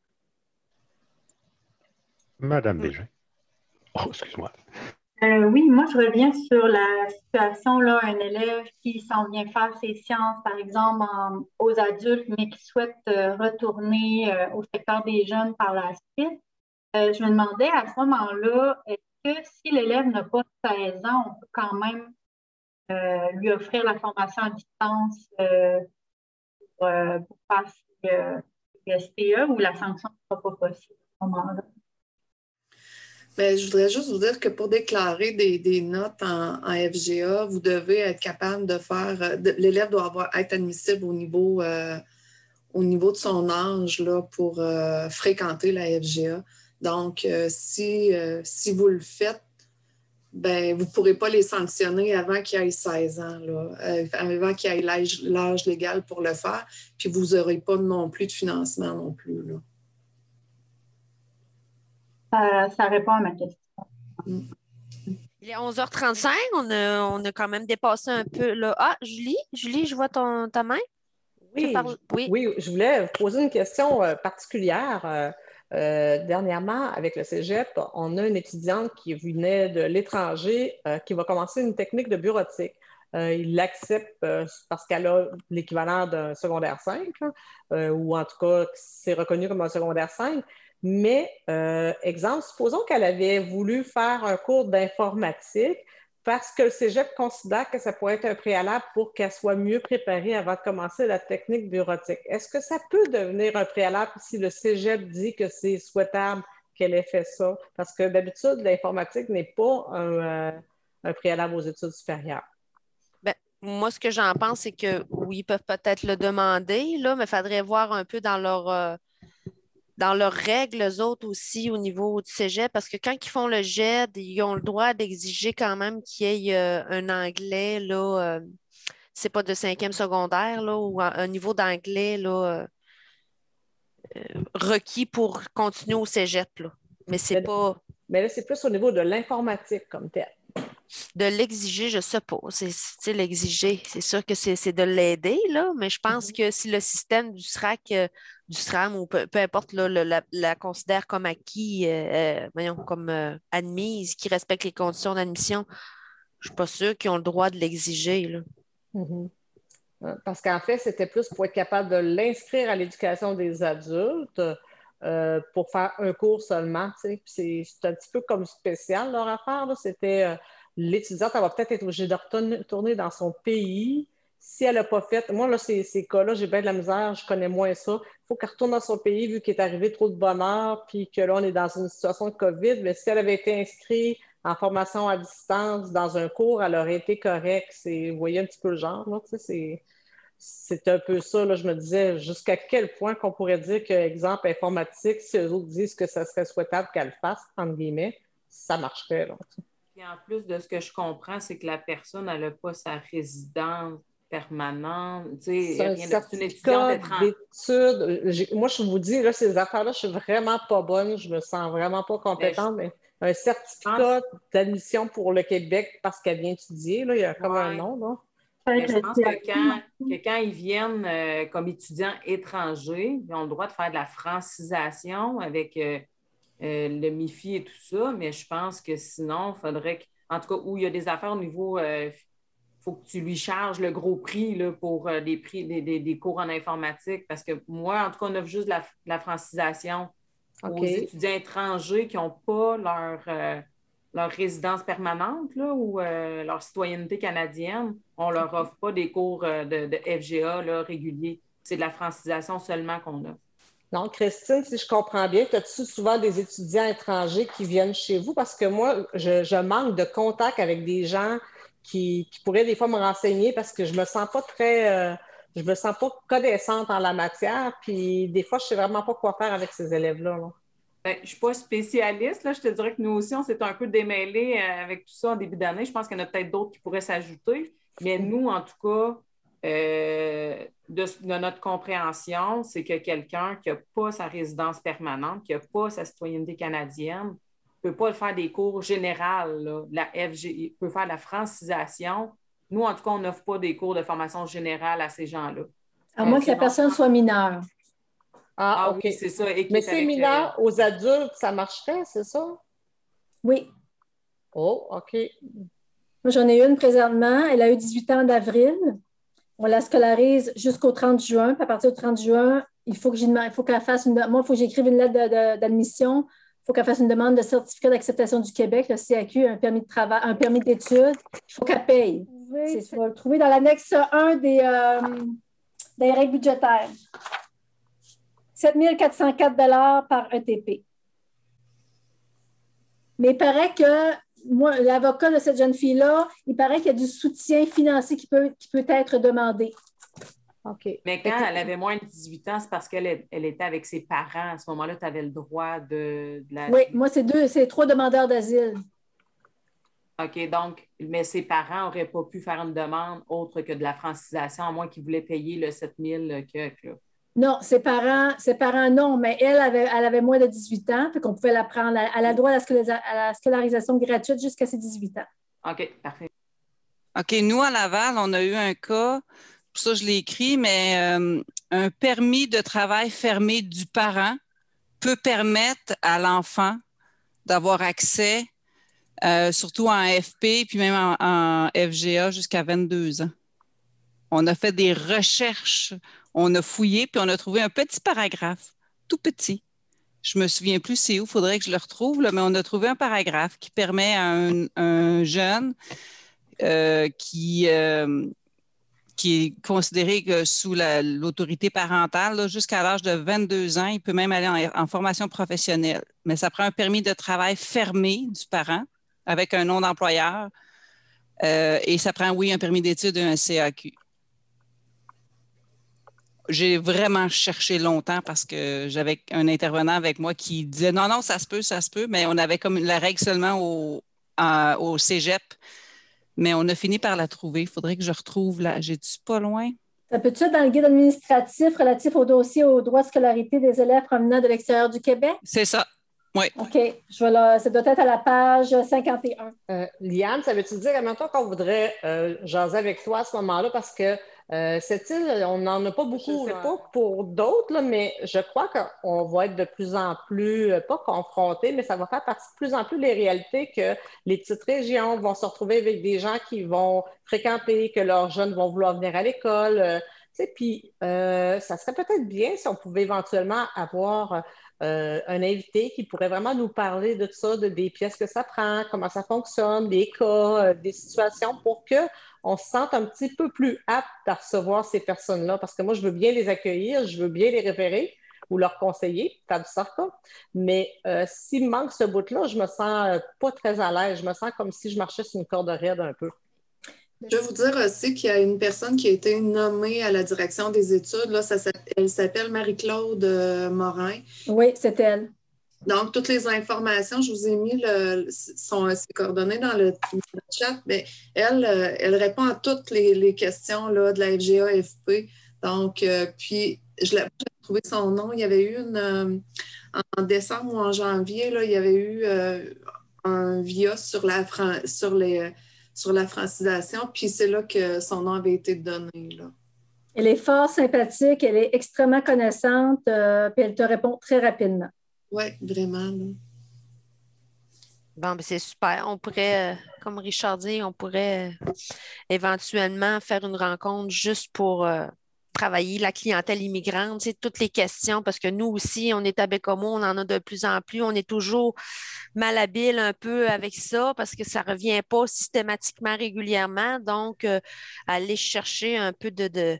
Madame Bégin. Oh, excuse-moi. Euh, oui, moi, je reviens sur la situation, là, un élève qui s'en vient faire ses sciences, par exemple, en, aux adultes, mais qui souhaite euh, retourner euh, au secteur des jeunes par la suite. Euh, je me demandais à ce moment-là, est-ce que si l'élève n'a pas seize ans, on peut quand même euh, lui offrir la formation à distance euh, pour, euh, pour passer euh, le S T E ou la sanction ne sera pas possible à ce moment-là? Bien, je voudrais juste vous dire que pour déclarer des, des notes en, en F G A, vous devez être capable de faire, de, l'élève doit avoir, être admissible au niveau, euh, au niveau de son âge là, pour euh, fréquenter la F G A. Donc, euh, si, euh, si vous le faites, ben, vous ne pourrez pas les sanctionner avant qu'il ait seize ans, là, euh, avant qu'il ait l'âge, l'âge légal pour le faire, puis vous n'aurez pas non plus de financement non plus, là. Ça, ça répond à ma question. Mm. Il est onze heures trente-cinq, on a, on a quand même dépassé un peu là. Ah, Julie, Julie, je vois ton, ta main. Oui, parles... oui. oui, je voulais vous poser une question euh, particulière. Euh, euh, dernièrement, avec le Cégep, on a une étudiante qui venait de l'étranger euh, qui va commencer une technique de bureautique. Euh, il l'accepte euh, parce qu'elle a l'équivalent d'un secondaire cinq, euh, ou en tout cas, c'est reconnu comme un secondaire cinq. Mais, euh, exemple, supposons qu'elle avait voulu faire un cours d'informatique parce que le Cégep considère que ça pourrait être un préalable pour qu'elle soit mieux préparée avant de commencer la technique bureautique. Est-ce que ça peut devenir un préalable si le Cégep dit que c'est souhaitable qu'elle ait fait ça? Parce que d'habitude, l'informatique n'est pas un, euh, un préalable aux études supérieures. Ben, moi, ce que j'en pense, c'est que oui, ils peuvent peut-être le demander, là, mais il faudrait voir un peu dans leur... Euh... dans leurs règles, eux autres aussi, au niveau du cégep, parce que quand ils font le G E D, ils ont le droit d'exiger quand même qu'il y ait euh, un anglais, là, euh, c'est pas de cinquième secondaire, là, ou un, un niveau d'anglais, là, euh, requis pour continuer au cégep, là. Mais c'est mais, pas... Mais là, c'est plus au niveau de l'informatique comme tel. De l'exiger, je sais pas. C'est l'exiger. C'est sûr que c'est de l'aider, là, mais je pense mm-hmm. que si le système du S R A C euh, du S R A M ou peu, peu importe, là, le, la, la considère comme acquis, euh, voyons, comme euh, admise, qui respecte les conditions d'admission, je ne suis pas sûre qu'ils ont le droit de l'exiger, là. Mm-hmm. Parce qu'en fait, c'était plus pour être capable de l'inscrire à l'éducation des adultes euh, pour faire un cours seulement. C'est, c'est un petit peu comme spécial leur affaire. Là. C'était euh, l'étudiante, elle va peut-être être obligée de retourner dans son pays. Si elle n'a pas fait, moi, là, ces, ces cas-là, j'ai bien de la misère, je connais moins ça. Il faut qu'elle retourne dans son pays vu qu'il est arrivé trop de bonheur, puis que là, on est dans une situation de COVID. Mais si elle avait été inscrite en formation à distance dans un cours, elle aurait été correcte. C'est, vous voyez un petit peu le genre, là, tu sais, c'est... C'est un peu ça, là, je me disais, jusqu'à quel point qu'on pourrait dire que, exemple, informatique, si eux autres disent que ça serait souhaitable qu'elle le fasse, entre guillemets, ça marcherait. Là. Et en plus de ce que je comprends, c'est que la personne, elle n'a pas sa résidence permanente. C'est, c'est un rien certificat de, c'est une étudiante étrangère. d'études. Moi, je vous dis, là, ces affaires-là, je suis vraiment pas bonne, je me sens vraiment pas compétente, mais, je... mais un certificat pense... d'admission pour le Québec parce qu'elle vient étudier, là, il y a comme ouais. un nom, là. Mais je pense que quand, que quand ils viennent euh, comme étudiants étrangers, ils ont le droit de faire de la francisation avec euh, euh, le M I F I et tout ça, mais je pense que sinon, il faudrait que, en tout cas, où il y a des affaires au niveau, il euh, faut que tu lui charges le gros prix là, pour euh, des, prix, des, des, des cours en informatique, parce que moi, en tout cas, on offre juste de la, de la francisation okay. aux étudiants étrangers qui n'ont pas leur... Euh, leur résidence permanente là, ou euh, leur citoyenneté canadienne, on ne leur offre pas des cours euh, de, de F G A là, réguliers. C'est de la francisation seulement qu'on a. Donc, Christine, si je comprends bien, as-tu souvent des étudiants étrangers qui viennent chez vous? Parce que moi, je, je manque de contact avec des gens qui, qui pourraient des fois me renseigner parce que je me sens pas très... Euh, je me sens pas connaissante en la matière, puis des fois, je ne sais vraiment pas quoi faire avec ces élèves-là. Là. Ben, je ne suis pas spécialiste. Là. Je te dirais que nous aussi, on s'est un peu démêlés avec tout ça en début d'année. Je pense qu'il y en a peut-être d'autres qui pourraient s'ajouter. Mais nous, en tout cas, euh, de, de notre compréhension, c'est que quelqu'un qui n'a pas sa résidence permanente, qui n'a pas sa citoyenneté canadienne, ne peut pas faire des cours généraux. Là. La F G, il peut faire de la francisation. Nous, en tout cas, on n'offre pas des cours de formation générale à ces gens-là. À moins euh, que la personne soit mineure. Ah, ah, OK. Oui, c'est ça. Mais c'est mineur le... aux adultes, ça marcherait, c'est ça? Oui. Oh, OK. Moi, j'en ai une présentement. Elle a eu dix-huit ans d'avril. On la scolarise jusqu'au trente juin. Puis à partir du trente juin, il faut que j'y demande, il faut qu'elle fasse une... Moi, il faut que j'écrive une lettre de, de, d'admission. Il faut qu'elle fasse une demande de certificat d'acceptation du Québec, le C A Q, un permis de travail, un permis d'études. Il faut qu'elle paye. Oui, c'est... Tu vas le trouver dans l'annexe un des, euh, des règles budgétaires. sept mille quatre cent quatre dollars par E T P. Mais il paraît que, moi, l'avocat de cette jeune fille-là, il paraît qu'il y a du soutien financier qui peut, qui peut être demandé. OK. Mais quand elle avait moins de dix-huit ans, c'est parce qu'elle elle était avec ses parents. À ce moment-là, tu avais le droit de, de la... Oui, moi, c'est deux, c'est trois demandeurs d'asile. OK, donc, mais ses parents n'auraient pas pu faire une demande autre que de la francisation, à moins qu'ils voulaient payer le sept mille que, que Non, ses parents, ses parents, non, mais elle avait, elle avait moins de dix-huit ans, fait qu'on pouvait la prendre. Elle a le droit à la, scolisa- à la scolarisation gratuite jusqu'à ses dix-huit ans. OK, parfait. OK, nous, à Laval, on a eu un cas, pour ça je l'ai écrit, mais euh, un permis de travail fermé du parent peut permettre à l'enfant d'avoir accès, euh, surtout en F P, puis même en, en F G A jusqu'à vingt-deux ans. On a fait des recherches. On a fouillé, puis on a trouvé un petit paragraphe, tout petit. Je ne me souviens plus c'est où, il faudrait que je le retrouve, là, mais on a trouvé un paragraphe qui permet à un, un jeune euh, qui, euh, qui est considéré que sous la, l'autorité parentale, là, jusqu'à l'âge de vingt-deux ans, il peut même aller en, en formation professionnelle. Mais ça prend un permis de travail fermé du parent avec un nom d'employeur euh, et ça prend, oui, un permis d'études et un C A Q. J'ai vraiment cherché longtemps parce que j'avais un intervenant avec moi qui disait non, non, ça se peut, ça se peut, mais on avait comme la règle seulement au, à, au cégep, mais on a fini par la trouver. Il faudrait que je retrouve là. J'ai-tu pas loin? Ça peut-tu être dans le guide administratif relatif au dossier aux droits de scolarité des élèves provenant de l'extérieur du Québec? C'est ça, oui. OK. Je vais là, ça doit être à la page cinquante et un. Euh, Liane, ça veut-tu dire, maintenant qu'on voudrait euh, jaser avec toi à ce moment-là parce que Euh, cette île, on n'en a pas beaucoup, je ne sais pas pour d'autres, là, mais je crois qu'on va être de plus en plus, euh, pas confrontés, mais ça va faire partie de plus en plus des réalités que les petites régions vont se retrouver avec des gens qui vont fréquenter, que leurs jeunes vont vouloir venir à l'école. Euh, puis, euh, ça serait peut-être bien si on pouvait éventuellement avoir euh, un invité qui pourrait vraiment nous parler de ça, de, des pièces que ça prend, comment ça fonctionne, des cas, euh, des situations pour que on se sente un petit peu plus apte à recevoir ces personnes-là, parce que moi, je veux bien les accueillir, je veux bien les référer ou leur conseiller, faire du sarca, mais euh, s'il me manque ce bout-là, je me sens euh, pas très à l'aise, je me sens comme si je marchais sur une corde raide un peu. Je vais vous dire aussi qu'il y a une personne qui a été nommée à la direction des études, là, ça, elle s'appelle Marie-Claude Morin. Oui, c'est elle. Donc, toutes les informations, je vous ai mis le, son, ses coordonnées dans le, le chat. Mais elle, elle répond à toutes les, les questions là, de la F G A F P. Donc, euh, puis, je l'ai trouvé son nom. Il y avait eu une, euh, en décembre ou en janvier, là, il y avait eu euh, un V I A sur la, sur, les, sur la francisation. Puis, c'est là que son nom avait été donné, là. Elle est fort sympathique, elle est extrêmement connaissante, euh, puis elle te répond très rapidement. Oui, vraiment. Là. Bon, ben c'est super. On pourrait, euh, comme Richard dit, on pourrait euh, éventuellement faire une rencontre juste pour euh, travailler la clientèle immigrante, tu sais, toutes les questions, parce que nous aussi, on est à Bécomo, on en a de plus en plus, on est toujours malhabile un peu avec ça parce que ça ne revient pas systématiquement, régulièrement. Donc, euh, aller chercher un peu de... de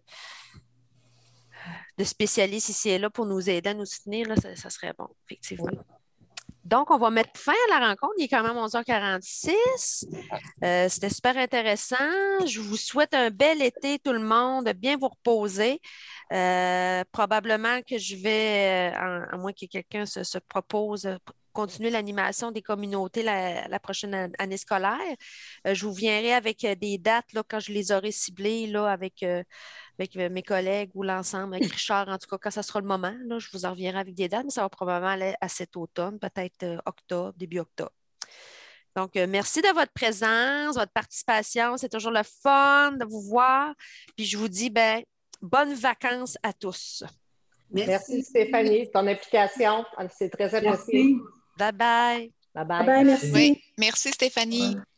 de spécialistes ici et là pour nous aider à nous soutenir, là, ça, ça serait bon, effectivement. Oui. Donc, on va mettre fin à la rencontre. Il est quand même onze heures quarante-six. Euh, c'était super intéressant. Je vous souhaite un bel été, tout le monde, de bien vous reposer. Euh, probablement que je vais, à, à moins que quelqu'un se, se propose, continuer l'animation des communautés la, la prochaine année scolaire. Euh, je vous viendrai avec des dates là, quand je les aurai ciblées là, avec... Euh, avec mes collègues ou l'ensemble, avec Richard, en tout cas, quand ça sera le moment, là, je vous en reviendrai avec des dates, mais ça va probablement aller à cet automne, peut-être euh, octobre, début octobre. Donc, euh, merci de votre présence, votre participation. C'est toujours le fun de vous voir. Puis je vous dis, ben, bonnes vacances à tous. Merci, merci Stéphanie, ton implication. C'est très apprécié. Bye-bye. Bye-bye. Bye, merci. Oui, merci Stéphanie. Ouais.